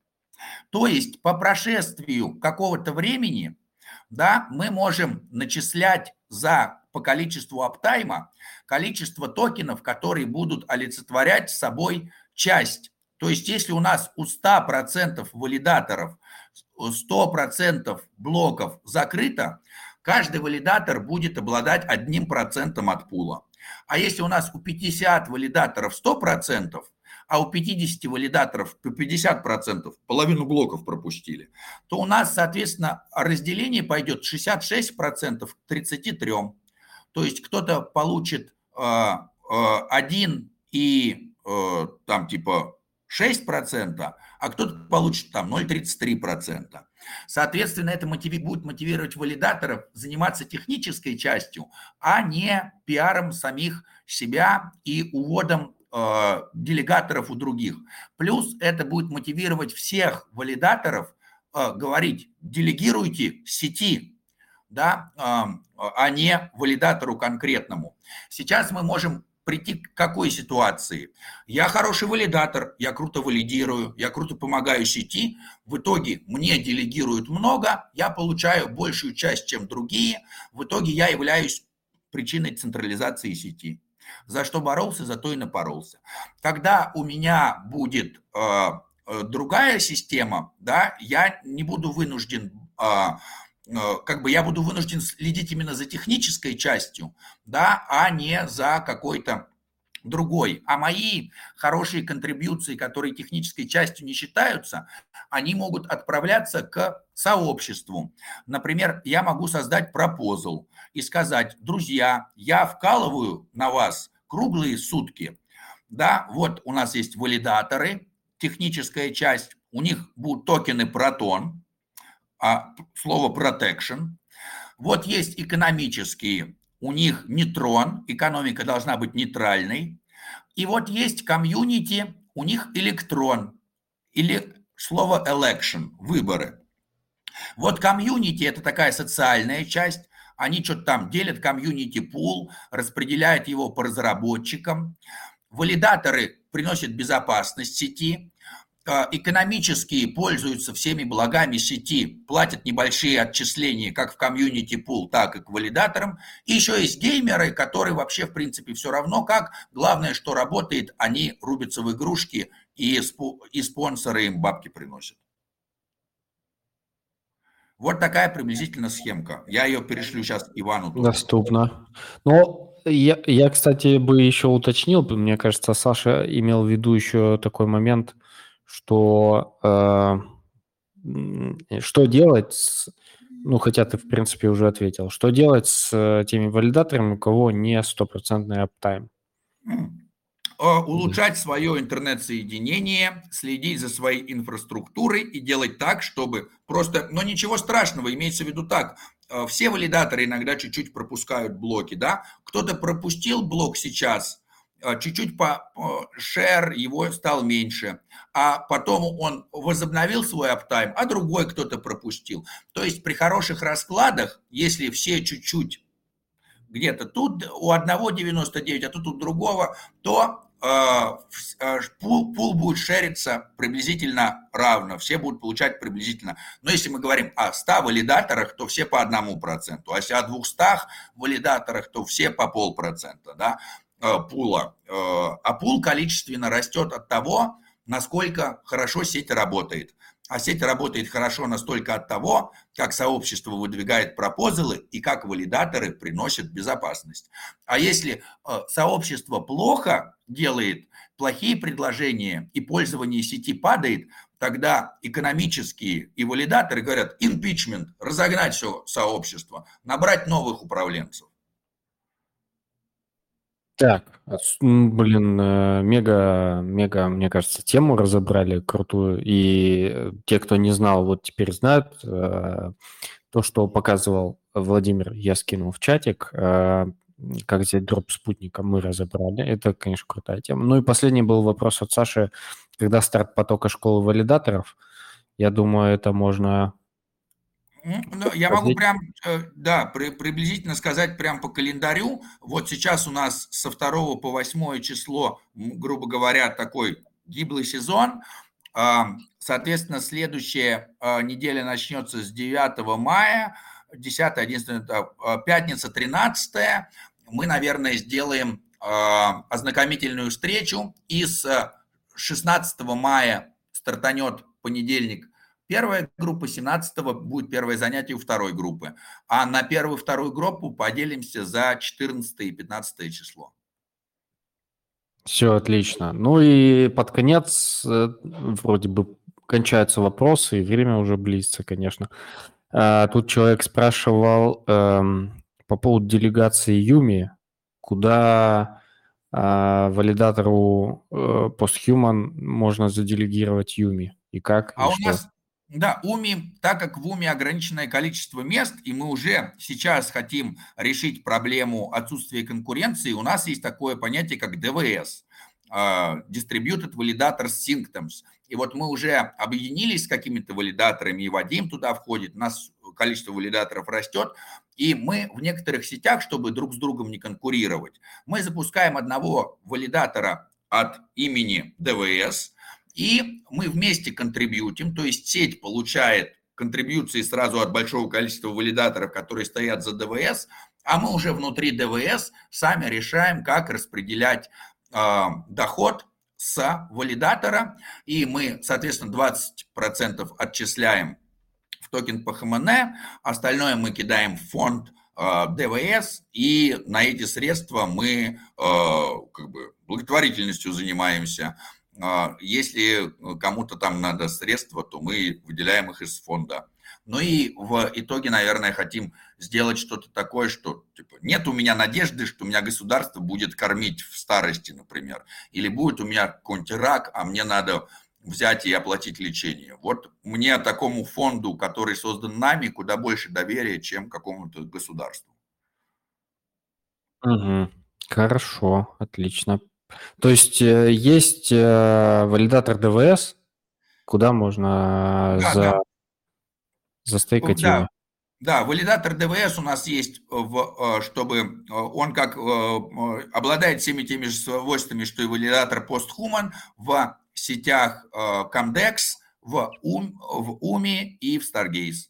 То есть по прошествию какого-то времени, да, мы можем начислять за, по количеству аптайма количество токенов, которые будут олицетворять собой часть. То есть если у нас у ста процентов валидаторов сто процентов блоков закрыто, каждый валидатор будет обладать одним процентом от пула. А если у нас у пятидесяти валидаторов сто процентов, а у пятидесяти валидаторов по пятьдесят процентов, половину блоков пропустили, то у нас, соответственно, разделение пойдет шестьдесят шесть процентов к тридцати трём. То есть кто-то получит э, э, один и э, там типа шесть процентов, а кто-то получит там ноль целых тридцать три процента. Соответственно, это мотиви- будет мотивировать валидаторов заниматься технической частью, а не пиаром самих себя и уводом э, делегаторов у других. Плюс это будет мотивировать всех валидаторов э, говорить: делегируйте сети, да, э, а не валидатору конкретному. Сейчас мы можем прийти к какой ситуации? Я хороший валидатор, я круто валидирую, я круто помогаю сети, в итоге мне делегируют много, я получаю большую часть, чем другие, в итоге я являюсь причиной централизации сети. За что боролся, за то и напоролся. Когда у меня будет э, другая система, да, я не буду вынужден... Э, как бы я буду вынужден следить именно за технической частью, да, а не за какой-то другой. А мои хорошие контрибьюции, которые технической частью не считаются, они могут отправляться к сообществу. Например, я могу создать пропозал и сказать: друзья, я вкалываю на вас круглые сутки. Да, вот у нас есть валидаторы, техническая часть, у них будут токены Proton, а слово protection. Вот есть экономические, у них нейтрон, экономика должна быть нейтральной. И вот есть комьюнити, у них электрон, или слово election, выборы. Вот комьюнити – это такая социальная часть, они что-то там делят комьюнити пул, распределяют его по разработчикам. Валидаторы приносят безопасность сети. Экономические пользуются всеми благами сети, платят небольшие отчисления как в комьюнити пул, так и к валидаторам. И еще есть геймеры, которые вообще в принципе все равно как. Главное, что работает, они рубятся в игрушки, и, и спонсоры им бабки приносят. Вот такая приблизительно схемка. Я ее перешлю сейчас Ивану. Тоже. Доступно. Но я, я, кстати, бы еще уточнил, мне кажется, Саша имел в виду еще такой момент, что э, что делать с... Ну, хотя ты, в принципе, уже ответил. Что делать с теми валидаторами, у кого не стопроцентный аптайм? Улучшать свое интернет-соединение, следить за своей инфраструктурой и делать так, чтобы просто... Но ничего страшного, имеется в виду так. Все валидаторы иногда чуть-чуть пропускают блоки, да? Кто-то пропустил блок сейчас, чуть-чуть по share его стал меньше, а потом он возобновил свой аптайм, а другой кто-то пропустил. То есть при хороших раскладах, если все чуть-чуть где-то тут у одного девяносто девять, а тут у другого, то э, пул, пул будет шериться приблизительно равно, все будут получать приблизительно. Но если мы говорим о ста валидаторах, то все по одному проценту, а если о двухстах валидаторах, то все по полпроцента, да, э, пула. Э, а пул количественно растет от того, насколько хорошо сеть работает. А сеть работает хорошо настолько от того, как сообщество выдвигает пропозалы и как валидаторы приносят безопасность. А если сообщество плохо делает, плохие предложения и пользование сети падает, тогда экономические и валидаторы говорят: импичмент, разогнать все сообщество, набрать новых управленцев. Так, блин, мега, мега, мне кажется, тему разобрали крутую. И те, кто не знал, вот теперь знают. То, что показывал Владимир, я скинул в чатик. Как взять дроп спутника, мы разобрали. Это, конечно, крутая тема. Ну и последний был вопрос от Саши. Когда старт потока школы валидаторов? Я думаю, это можно... Ну, я могу прям, да, при, приблизительно сказать прям по календарю. Вот сейчас у нас со второго по восьмое число, грубо говоря, такой гиблый сезон. Соответственно, следующая неделя начнется с девятого мая, десятое, одиннадцатое, пятница, тринадцатое. Мы, наверное, сделаем ознакомительную встречу. И с шестнадцатого мая стартанет понедельник первая группа, семнадцатого будет первое занятие у второй группы. А на первую и вторую группу поделимся за четырнадцатое и пятнадцатое число. Все отлично. Ну и под конец вроде бы кончаются вопросы, и время уже близится, конечно. Тут человек спрашивал эм, по поводу делегации Юми, куда э, валидатору э, Posthuman можно заделегировать Юми, и как, а и у что? Нас... Да, Уми, так как в Уми ограниченное количество мест, и мы уже сейчас хотим решить проблему отсутствия конкуренции, у нас есть такое понятие, как ди ви эс, Distributed Validator Systems. И вот мы уже объединились с какими-то валидаторами, и Вадим туда входит, у нас количество валидаторов растет, и мы в некоторых сетях, чтобы друг с другом не конкурировать, мы запускаем одного валидатора от имени ди ви эс, и мы вместе контрибьютим, то есть сеть получает контрибьюции сразу от большого количества валидаторов, которые стоят за ди ви эс, а мы уже внутри ди ви эс сами решаем, как распределять э, доход с валидатора, и мы, соответственно, двадцать процентов отчисляем в токен по эйч эм эн, остальное мы кидаем в фонд э, ди ви эс, и на эти средства мы э, как бы благотворительностью занимаемся. Если кому-то там надо средства, то мы выделяем их из фонда. Ну и в итоге, наверное, хотим сделать что-то такое, что типа, нет у меня надежды, что меня государство будет кормить в старости, например. Или будет у меня какой-нибудь рак, а мне надо взять и оплатить лечение. Вот мне такому фонду, который создан нами, куда больше доверия, чем какому-то государству. Угу. Хорошо, отлично. То есть есть валидатор ди ви эс, куда можно Да, за... да. застейкать Да, Юми? да, валидатор ди ви эс у нас есть, в, чтобы он как обладает всеми теми же свойствами, что и валидатор Posthuman в сетях Comdex, в, Ум, в Уми и в Stargaze.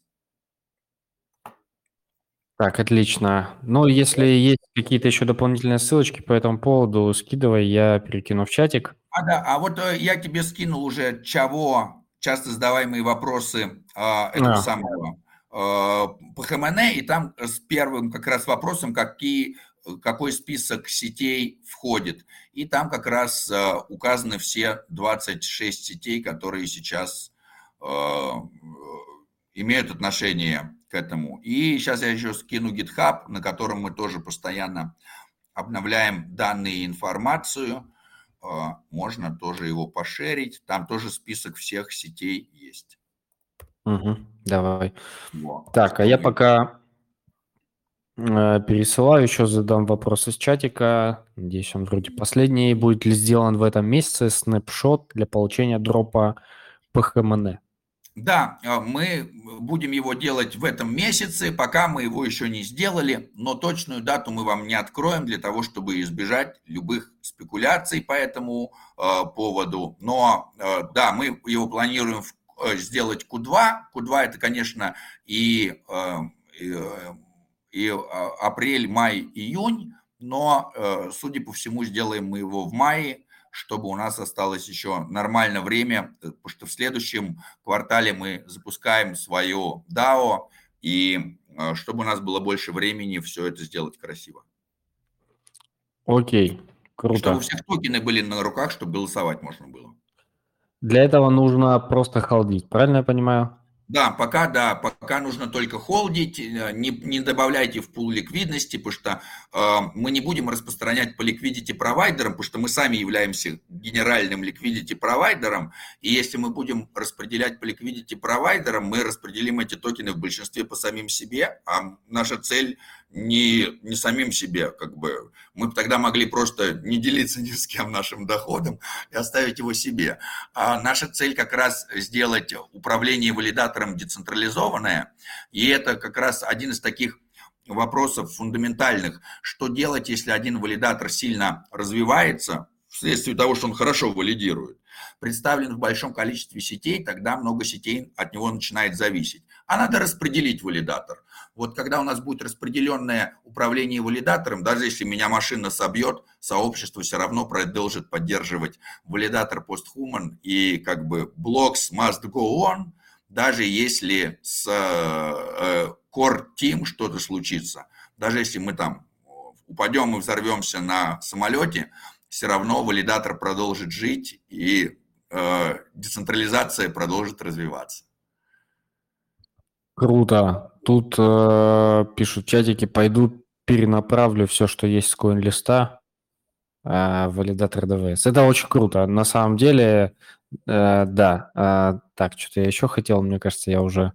Так, отлично. Ну, если есть какие-то еще дополнительные ссылочки по этому поводу, скидывай, я перекину в чатик. А, да, а вот я тебе скинул уже чего часто задаваемые вопросы а, этого а. самого а, по эйч эм эн, и там с первым как раз вопросом, какие, какой список сетей входит. И там как раз а, указаны все двадцать шесть сетей, которые сейчас имеют отношение к этому. И сейчас я еще скину GitHub, на котором мы тоже постоянно обновляем данные и информацию. Можно тоже его пошерить. Там тоже список всех сетей есть. Угу, давай. Вот. Так, а я пока э, пересылаю, еще задам вопрос из чатика. Надеюсь, он вроде последний. Будет ли сделан в этом месяце снапшот для получения дропа пи эйч эм эн? Да, мы будем его делать в этом месяце, пока мы его еще не сделали, но точную дату мы вам не откроем для того, чтобы избежать любых спекуляций по этому э, поводу. Но э, да, мы его планируем в, э, сделать ку два. ку два это, конечно, и, э, и, и апрель, май, июнь, но, э, судя по всему, сделаем мы его в мае, чтобы у нас осталось еще нормальное время, потому что в следующем квартале мы запускаем свое дао, и чтобы у нас было больше времени все это сделать красиво. Окей, круто. И чтобы у всех токены были на руках, чтобы голосовать можно было. Для этого нужно просто холдить, правильно я понимаю? Да, пока, да, пока нужно только холдить, не, не добавляйте в пул ликвидности, потому что э, мы не будем распространять по ликвидити провайдерам, потому что мы сами являемся генеральным ликвидити провайдером, и если мы будем распределять по ликвидити провайдерам, мы распределим эти токены в большинстве по самим себе, а наша цель не, не самим себе, как бы, мы бы тогда могли просто не делиться ни с кем нашим доходом и оставить его себе. А наша цель как раз сделать управление валидатором децентрализованное, и это как раз один из таких вопросов фундаментальных, что делать, если один валидатор сильно развивается, вследствие того, что он хорошо валидирует, представлен в большом количестве сетей, тогда много сетей от него начинает зависеть. А надо распределить валидатор. Вот когда у нас будет распределенное управление валидатором, даже если меня машина собьет, сообщество все равно продолжит поддерживать валидатор постхуман, и как бы blocks must go on, даже если с э, core team что-то случится, даже если мы там упадем и взорвемся на самолете, все равно валидатор продолжит жить, и э, децентрализация продолжит развиваться. Круто. Тут э, пишут чатики, пойду перенаправлю все, что есть с CoinList'а, э, в валидатор ди ви эс. Это очень круто. На самом деле, э, да. Э, так, что-то я еще хотел, мне кажется, я уже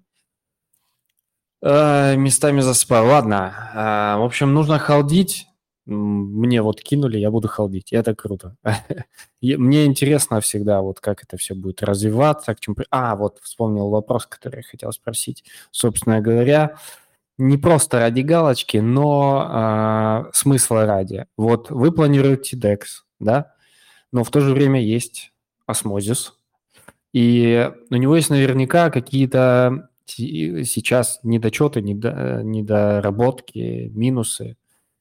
э, местами засыпал. Ладно. Э, в общем, нужно холдить. Мне вот кинули, я буду холдить. Это круто. Мне интересно всегда, вот как это все будет развиваться. К чему... А, вот вспомнил вопрос, который я хотел спросить. Собственно говоря, не просто ради галочки, но а, смысла ради. Вот вы планируете декс, да? Но в то же время есть Osmosis. И у него есть наверняка какие-то сейчас недочеты, недоработки, минусы.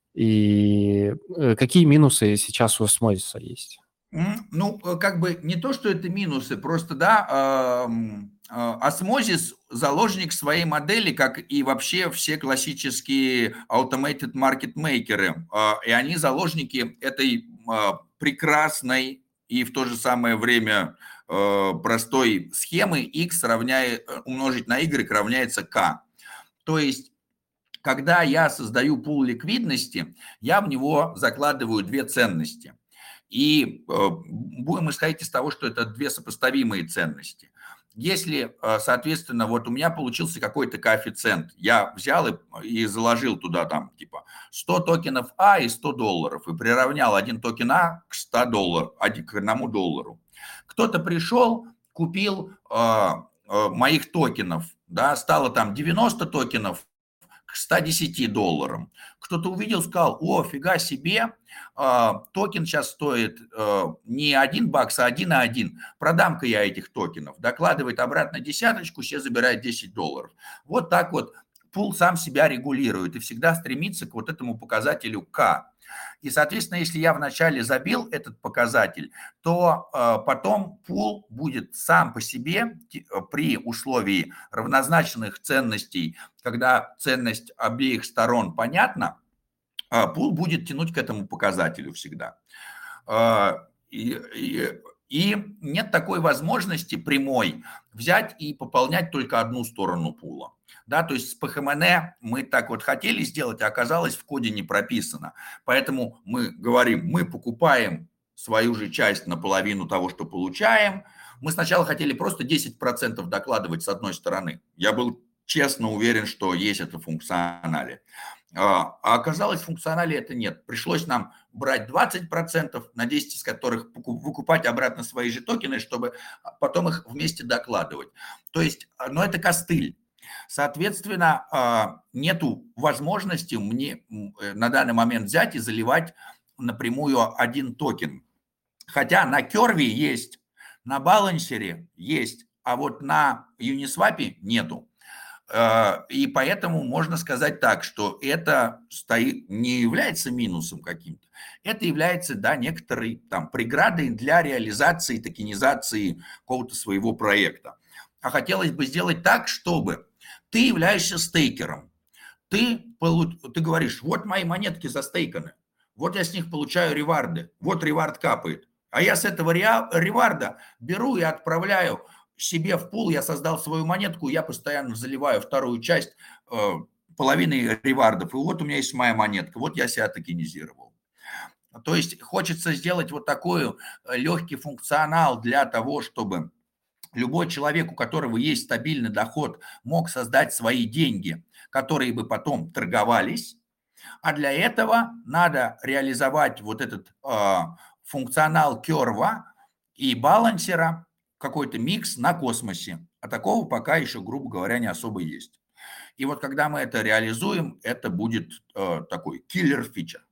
И какие минусы сейчас у Osmosis есть? Ну, как бы не то, что это минусы, просто, да, Osmosis заложник своей модели, как и вообще все классические automated market makers, и они заложники этой прекрасной и в то же самое время простой схемы x равняет, умножить на y равняется k. То есть когда я создаю пул ликвидности, я в него закладываю две ценности. И э, будем исходить из того, что это две сопоставимые ценности. Если, э, соответственно, вот у меня получился какой-то коэффициент, я взял и, и заложил туда там типа сто токенов А и сто долларов, и приравнял один токен А к ста долларам, к одному доллару. Кто-то пришел, купил э, э, моих токенов, да, стало там девяносто токенов, к ста десяти долларам. Кто-то увидел, сказал, о, фига себе, э, токен сейчас стоит э, не один бакс, а один и один. Продам-ка я этих токенов. Докладывает обратно десяточку, все забирает десять долларов. Вот так вот пул сам себя регулирует и всегда стремится к вот этому показателю К. И, соответственно, если я вначале забил этот показатель, то э, потом пул будет сам по себе при условии равнозначных ценностей, когда ценность обеих сторон понятна, э, пул будет тянуть к этому показателю всегда. Э, и, и И нет такой возможности прямой взять и пополнять только одну сторону пула. Да, то есть с пэ ха эм эн мы так вот хотели сделать, а оказалось в коде не прописано. Поэтому мы говорим, мы покупаем свою же часть наполовину того, что получаем. Мы сначала хотели просто десять процентов докладывать с одной стороны. Я был честно уверен, что есть это в функционале. А оказалось, в функционале это нет. Пришлось нам брать двадцать процентов, на десять из которых выкупать обратно свои же токены, чтобы потом их вместе докладывать. То есть, но это костыль. Соответственно, нету возможности мне на данный момент взять и заливать напрямую один токен. Хотя на Curve есть, на балансере есть, а вот на Uniswap нету. И поэтому можно сказать так, что это стоит, не является минусом каким-то, это является, да, некоторой там преградой для реализации, токенизации какого-то своего проекта. А хотелось бы сделать так, чтобы ты являешься стейкером, ты, ты говоришь, вот мои монетки застейканы, вот я с них получаю реварды, вот ревард капает, а я с этого реварда беру и отправляю себе в пул, я создал свою монетку, я постоянно заливаю вторую часть э, половины ревардов, и вот у меня есть моя монетка, вот я себя токенизировал. То есть хочется сделать вот такой легкий функционал для того, чтобы любой человек, у которого есть стабильный доход, мог создать свои деньги, которые бы потом торговались, а для этого надо реализовать вот этот э, функционал Curve и балансера, какой-то микс на космосе, а такого пока еще, грубо говоря, не особо есть. И вот когда мы это реализуем, это будет э, такой киллер-фичер.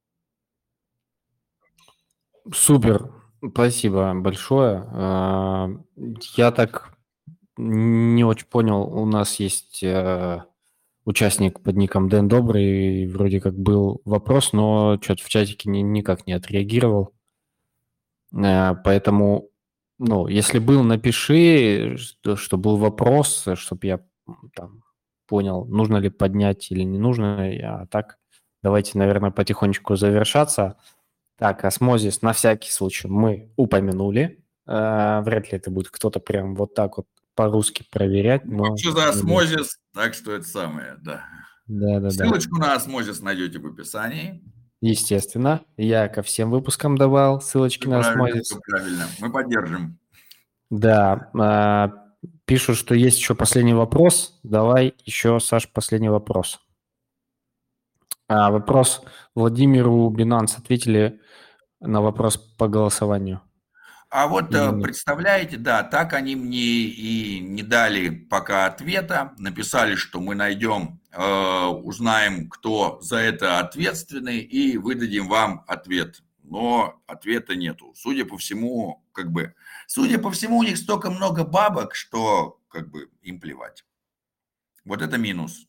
Супер, спасибо большое. Я так не очень понял, у нас есть участник под ником Дэн Добрый, вроде как был вопрос, но что-то в чатике никак не отреагировал. Поэтому... Ну, если был, напиши, что, что был вопрос, чтобы я там понял, нужно ли поднять или не нужно. А так, давайте, наверное, потихонечку завершаться. Так, осмозис на всякий случай мы упомянули. Э, вряд ли это будет кто-то прям вот так вот по-русски проверять. Но... Что за осмозис, так что это самое, да. Да, да, Ссылочку да. на осмозис найдете в описании. Естественно, я ко всем выпускам давал ссылочки все на осмозис. Все правильно, мы поддержим. Да, пишут, что есть еще последний вопрос. Давай еще, Саш, последний вопрос. А, вопрос Владимиру Binance ответили на вопрос по голосованию. А вот Или... представляете, да, так они мне и не дали пока ответа. Написали, что мы найдем, э, узнаем, кто за это ответственный, и выдадим вам ответ. Но ответа нету. Судя по всему, как бы, судя по всему, у них столько много бабок, что как бы им плевать. Вот это минус.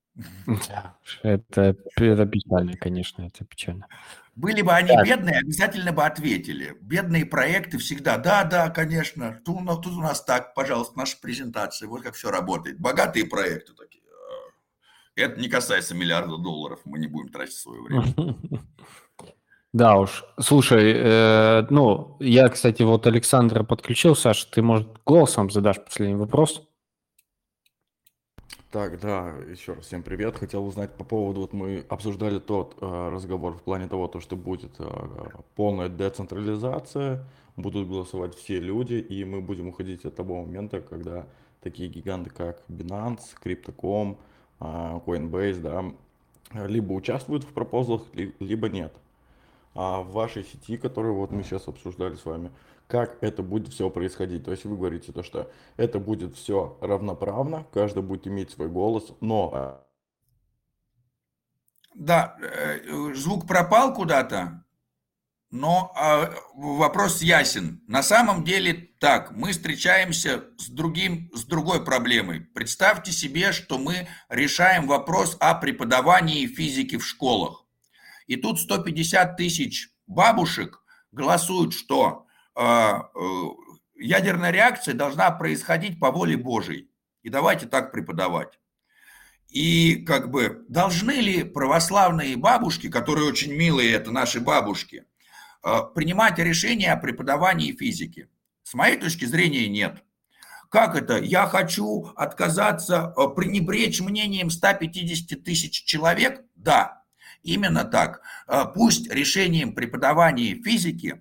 Это, это печально, конечно, это печально. Были бы они так. бедные, обязательно бы ответили. Бедные проекты всегда, да, да, конечно, тут, тут у нас так, пожалуйста, наша презентация, вот как все работает. Богатые проекты такие. Это не касается миллиарда долларов, мы не будем тратить свое время. Да уж. Слушай, э, ну, я, кстати, вот Александра подключил. Саша, ты, может, голосом задашь последний вопрос? Так, да, еще раз всем привет. Хотел узнать по поводу, вот мы обсуждали тот э, разговор в плане того, то, что будет э, полная децентрализация, будут голосовать все люди, и мы будем уходить от того момента, когда такие гиганты, как Binance, Crypto точка ком, э, Coinbase, да, либо участвуют в пропозалах, либо нет. А в вашей сети, которую вот мы сейчас обсуждали с вами, как это будет все происходить? То есть вы говорите то, что это будет все равноправно, каждый будет иметь свой голос, но... Да, звук пропал куда-то, но вопрос ясен. На самом деле так, мы встречаемся с, другим, с другой проблемой. Представьте себе, что мы решаем вопрос о преподавании физики в школах. И тут сто пятьдесят тысяч бабушек голосуют, что э, э, ядерная реакция должна происходить по воле Божьей. И давайте так преподавать. И как бы должны ли православные бабушки, которые очень милые, это наши бабушки, принимать решения о преподавании физики? С моей точки зрения, нет. Как это? Я хочу отказаться, пренебречь мнением ста пятидесяти тысяч человек? Да, именно так. Пусть решением преподавания физики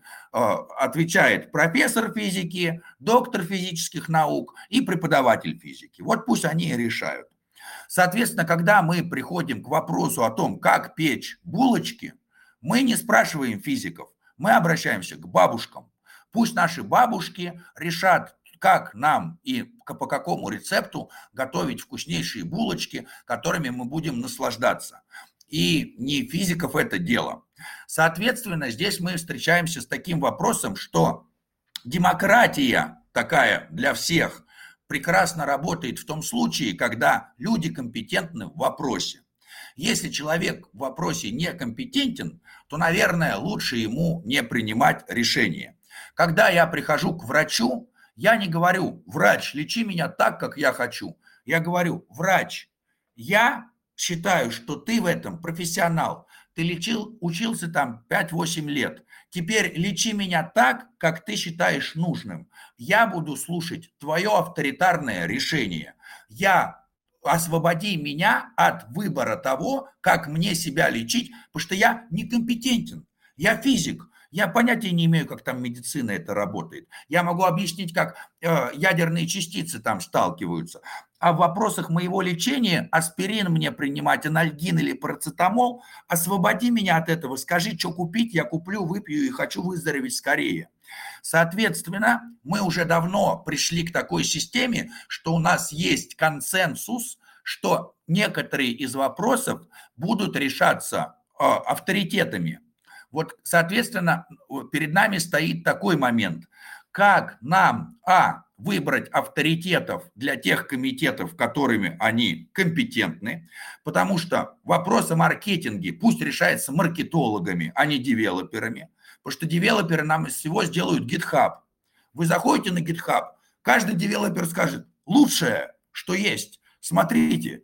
отвечает профессор физики, доктор физических наук и преподаватель физики. Вот пусть они и решают. Соответственно, когда мы приходим к вопросу о том, как печь булочки, мы не спрашиваем физиков, мы обращаемся к бабушкам. Пусть наши бабушки решат, как нам и по какому рецепту готовить вкуснейшие булочки, которыми мы будем наслаждаться. И не физиков это дело. Соответственно, здесь мы встречаемся с таким вопросом, что демократия такая для всех прекрасно работает в том случае, когда люди компетентны в вопросе. Если человек в вопросе некомпетентен, то, наверное, лучше ему не принимать решение. Когда я прихожу к врачу, я не говорю: врач, лечи меня так, как я хочу. Я говорю: врач, я считаю, что ты в этом профессионал. Ты лечил, учился там пять-восемь лет. Теперь лечи меня так, как ты считаешь нужным. Я буду слушать твое авторитарное решение. Я освободи меня от выбора того, как мне себя лечить, потому что я некомпетентен. Я физик. Я понятия не имею, как там медицина это работает. Я могу объяснить, как э, ядерные частицы там сталкиваются. А в вопросах моего лечения аспирин мне принимать, анальгин или парацетамол, освободи меня от этого, скажи, что купить, я куплю, выпью и хочу выздороветь скорее. Соответственно, мы уже давно пришли к такой системе, что у нас есть консенсус, что некоторые из вопросов будут решаться э, авторитетами. Вот, соответственно, перед нами стоит такой момент, как нам, а, выбрать авторитетов для тех комитетов, которыми они компетентны, потому что вопрос о маркетинге пусть решается маркетологами, а не девелоперами, потому что девелоперы нам из всего сделают GitHub. Вы заходите на GitHub, каждый девелопер скажет: лучшее, что есть, смотрите.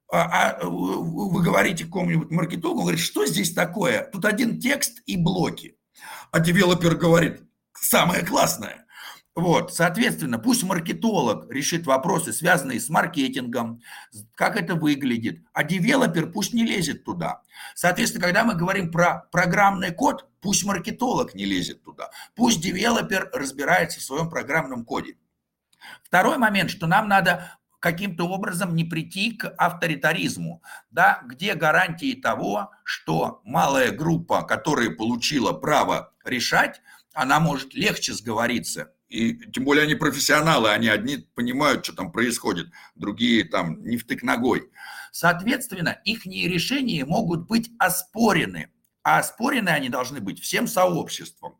А вы говорите какому-нибудь маркетологу, он говорит: что здесь такое? Тут один текст и блоки. А девелопер говорит: самое классное. Вот, соответственно, пусть маркетолог решит вопросы, связанные с маркетингом, как это выглядит, а девелопер пусть не лезет туда. Соответственно, когда мы говорим про программный код, пусть маркетолог не лезет туда, пусть девелопер разбирается в своем программном коде. Второй момент, что нам надо каким-то образом не прийти к авторитаризму, да, где гарантии того, что малая группа, которая получила право решать, она может легче сговориться. И тем более они профессионалы, они одни понимают, что там происходит, другие там не втык ногой. Соответственно, их решения могут быть оспорены, а оспорены они должны быть всем сообществом.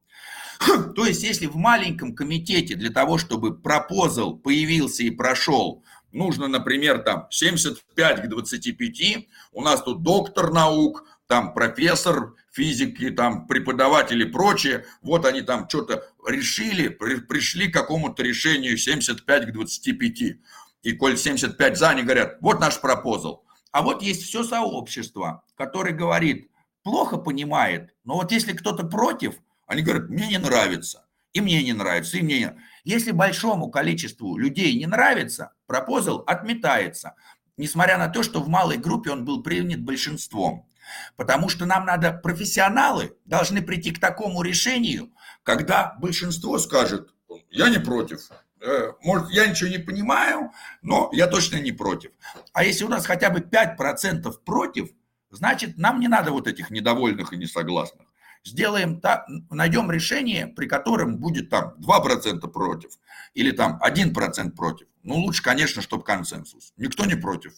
То есть, если в маленьком комитете для того, чтобы пропозал появился и прошел, нужно, например, там семьдесят пять к двадцати пяти, у нас тут доктор наук, там профессор физики, там преподаватели и прочее, вот они там что-то решили, при, пришли к какому-то решению семьдесят пять к двадцати пяти. И коль семьдесят пять за, они говорят: вот наш пропозал. А вот есть все сообщество, которое говорит, плохо понимает, но вот если кто-то против, они говорят: мне не нравится, и мне не нравится, и мне не нравится. Если большому количеству людей не нравится, пропозал отметается, несмотря на то, что в малой группе он был принят большинством. Потому что нам надо, профессионалы должны прийти к такому решению, когда большинство скажет: я не против, может, я ничего не понимаю, но я точно не против. А если у нас хотя бы пять процентов против, значит, нам не надо вот этих недовольных и несогласных. Сделаем так, найдем решение, при котором будет там два процента против или там один процент против. Ну, лучше, конечно, чтобы консенсус. Никто не против.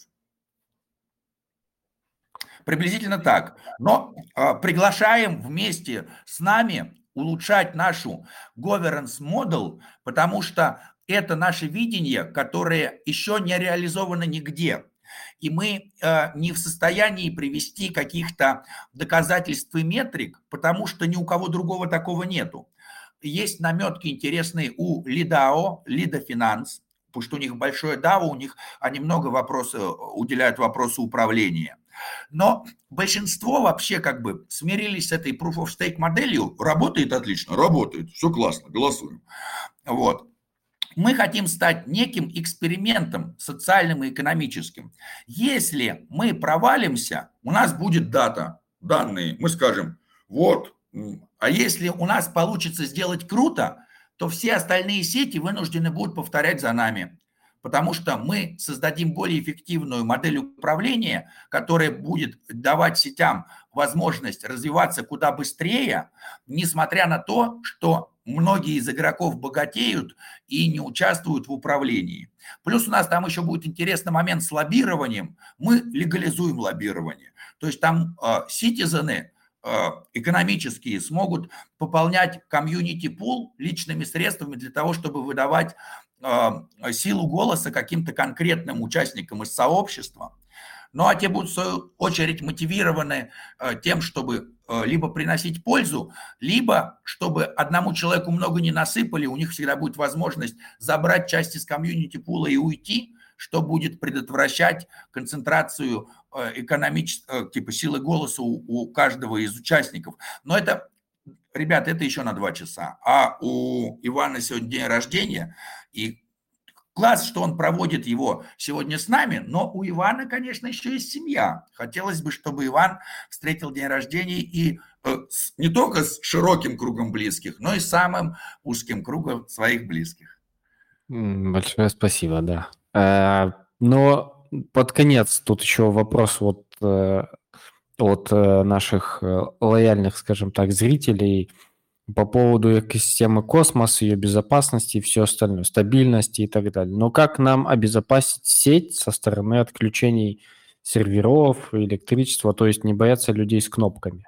Приблизительно так. Но э, приглашаем вместе с нами улучшать нашу governance model, потому что это наше видение, которое еще не реализовано нигде. И мы э, не в состоянии привести каких-то доказательств и метрик, потому что ни у кого другого такого нету. Есть наметки интересные у Лидао, Лида Финанс, потому что у них большое дао, у них они много вопросов уделяют вопросу управления. Но большинство вообще как бы смирились с этой Proof of Stake моделью. Работает отлично, работает, все классно, голосуем. Вот. Мы хотим стать неким экспериментом социальным и экономическим. Если мы провалимся, у нас будет дата, данные. Мы скажем, вот, а если у нас получится сделать круто, то все остальные сети вынуждены будут повторять за нами. Потому что мы создадим более эффективную модель управления, которая будет давать сетям возможность развиваться куда быстрее, несмотря на то, что многие из игроков богатеют и не участвуют в управлении. Плюс у нас там еще будет интересный момент с лоббированием. Мы легализуем лоббирование. То есть там ситизены э, э, экономические смогут пополнять комьюнити-пул личными средствами для того, чтобы выдавать силу голоса каким-то конкретным участникам из сообщества. Ну а те будут, в свою очередь, мотивированы тем, чтобы либо приносить пользу, либо чтобы одному человеку много не насыпали, у них всегда будет возможность забрать часть из комьюнити-пула и уйти, что будет предотвращать концентрацию экономической, типа силы голоса у, у каждого из участников. Но это, ребята, это еще на два часа. А у Ивана сегодня день рождения, и класс, что он проводит его сегодня с нами, но у Ивана, конечно, еще есть семья. Хотелось бы, чтобы Иван встретил день рождения и э, с, не только с широким кругом близких, но и самым узким кругом своих близких. Большое спасибо, да. Э, но под конец тут еще вопрос вот э, от э, наших э, лояльных, скажем так, зрителей по поводу экосистемы Космос, ее безопасности и все остальное, стабильности и так далее. Но как нам обезопасить сеть со стороны отключений серверов, электричества, то есть не бояться людей с кнопками?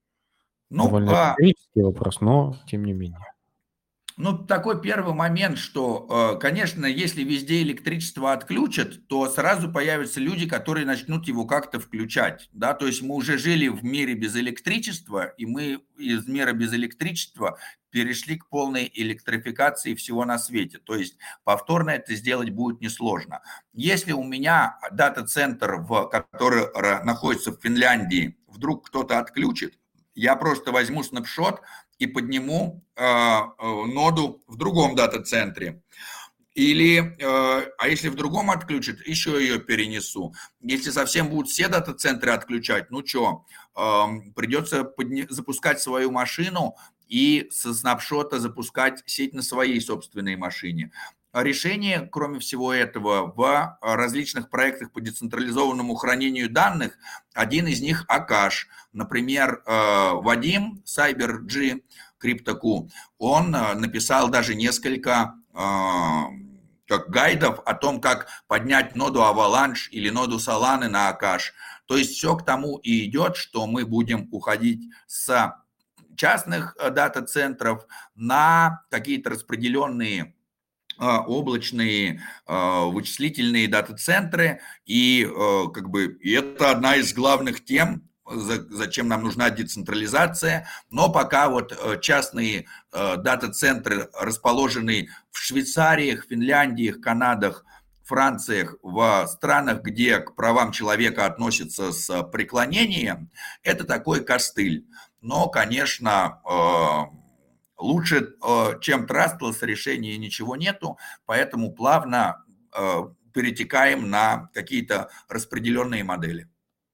Ну, довольно а... риторический вопрос, но тем не менее. Ну, такой первый момент, что, конечно, если везде электричество отключат, то сразу появятся люди, которые начнут его как-то включать, да, то есть мы уже жили в мире без электричества, и мы из мира без электричества перешли к полной электрификации всего на свете, то есть повторно это сделать будет несложно. Если у меня дата-центр, в, который находится в Финляндии, вдруг кто-то отключит, я просто возьму снапшот и подниму э, э, ноду в другом дата-центре. Или, э, а если в другом отключат, еще ее перенесу. Если совсем будут все дата-центры отключать, ну что, э, придется подня- запускать свою машину и со снапшота запускать сеть на своей собственной машине. Решение, кроме всего этого, в различных проектах по децентрализованному хранению данных, один из них Акаш. Например, Вадим CyberG CryptoQ, он написал даже несколько как гайдов о том, как поднять ноду Avalanche или ноду Solana на Акаш. То есть все к тому и идет, что мы будем уходить с частных дата-центров на какие-то распределенные облачные вычислительные дата-центры, и как бы и это одна из главных тем, зачем нам нужна децентрализация, но пока вот частные дата-центры, расположенные в Швейцариях, Финляндиях, Канадах, Франциях, в странах, где к правам человека относятся с преклонением, это такой костыль. Но, конечно, лучше, чем Trustless решения ничего нету, поэтому плавно перетекаем на какие-то распределенные модели.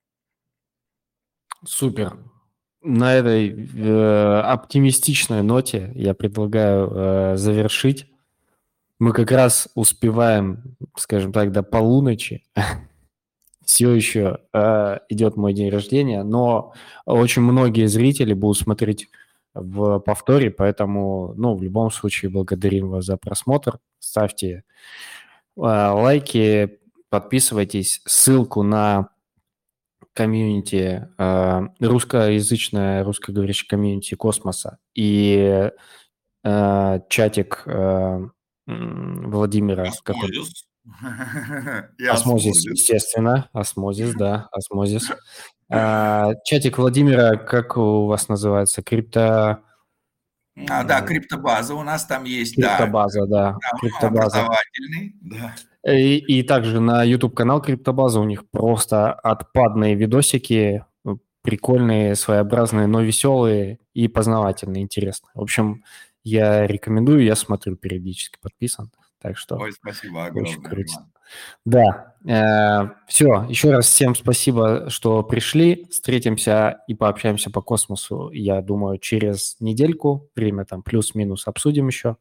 Супер. На этой э, оптимистичной ноте я предлагаю э, завершить. Мы как раз успеваем, скажем так, до полуночи. Все еще э, идет мой день рождения, но очень многие зрители будут смотреть в повторе, поэтому, ну, в любом случае благодарим вас за просмотр. Ставьте э, лайки, подписывайтесь. Ссылку на комьюнити, э, русскоязычное, русскоговорящее комьюнити Космоса и э, чатик э, Владимира. Осмозис. Осмозис, естественно. Осмозис, да, осмозис. А, чатик Владимира, как у вас называется? Крипто... А, да, М, криптобаза у нас там есть, да. Криптобаза, да, Да, он криптобаза. образовательный, да. И, и также на YouTube-канал Криптобаза у них просто отпадные видосики, э, прикольные, своеобразные, но веселые и познавательные, интересные. В общем, я рекомендую, я смотрю периодически, подписан, так что Ой, спасибо очень огромное, круто. Иван. Да, все, еще раз всем спасибо, что пришли. Встретимся и пообщаемся по космосу, я думаю, через недельку. Время там плюс-минус обсудим еще.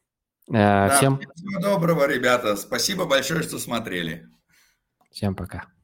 Э, Да, Всем, всего доброго, ребята. Спасибо большое, что смотрели. всем пока.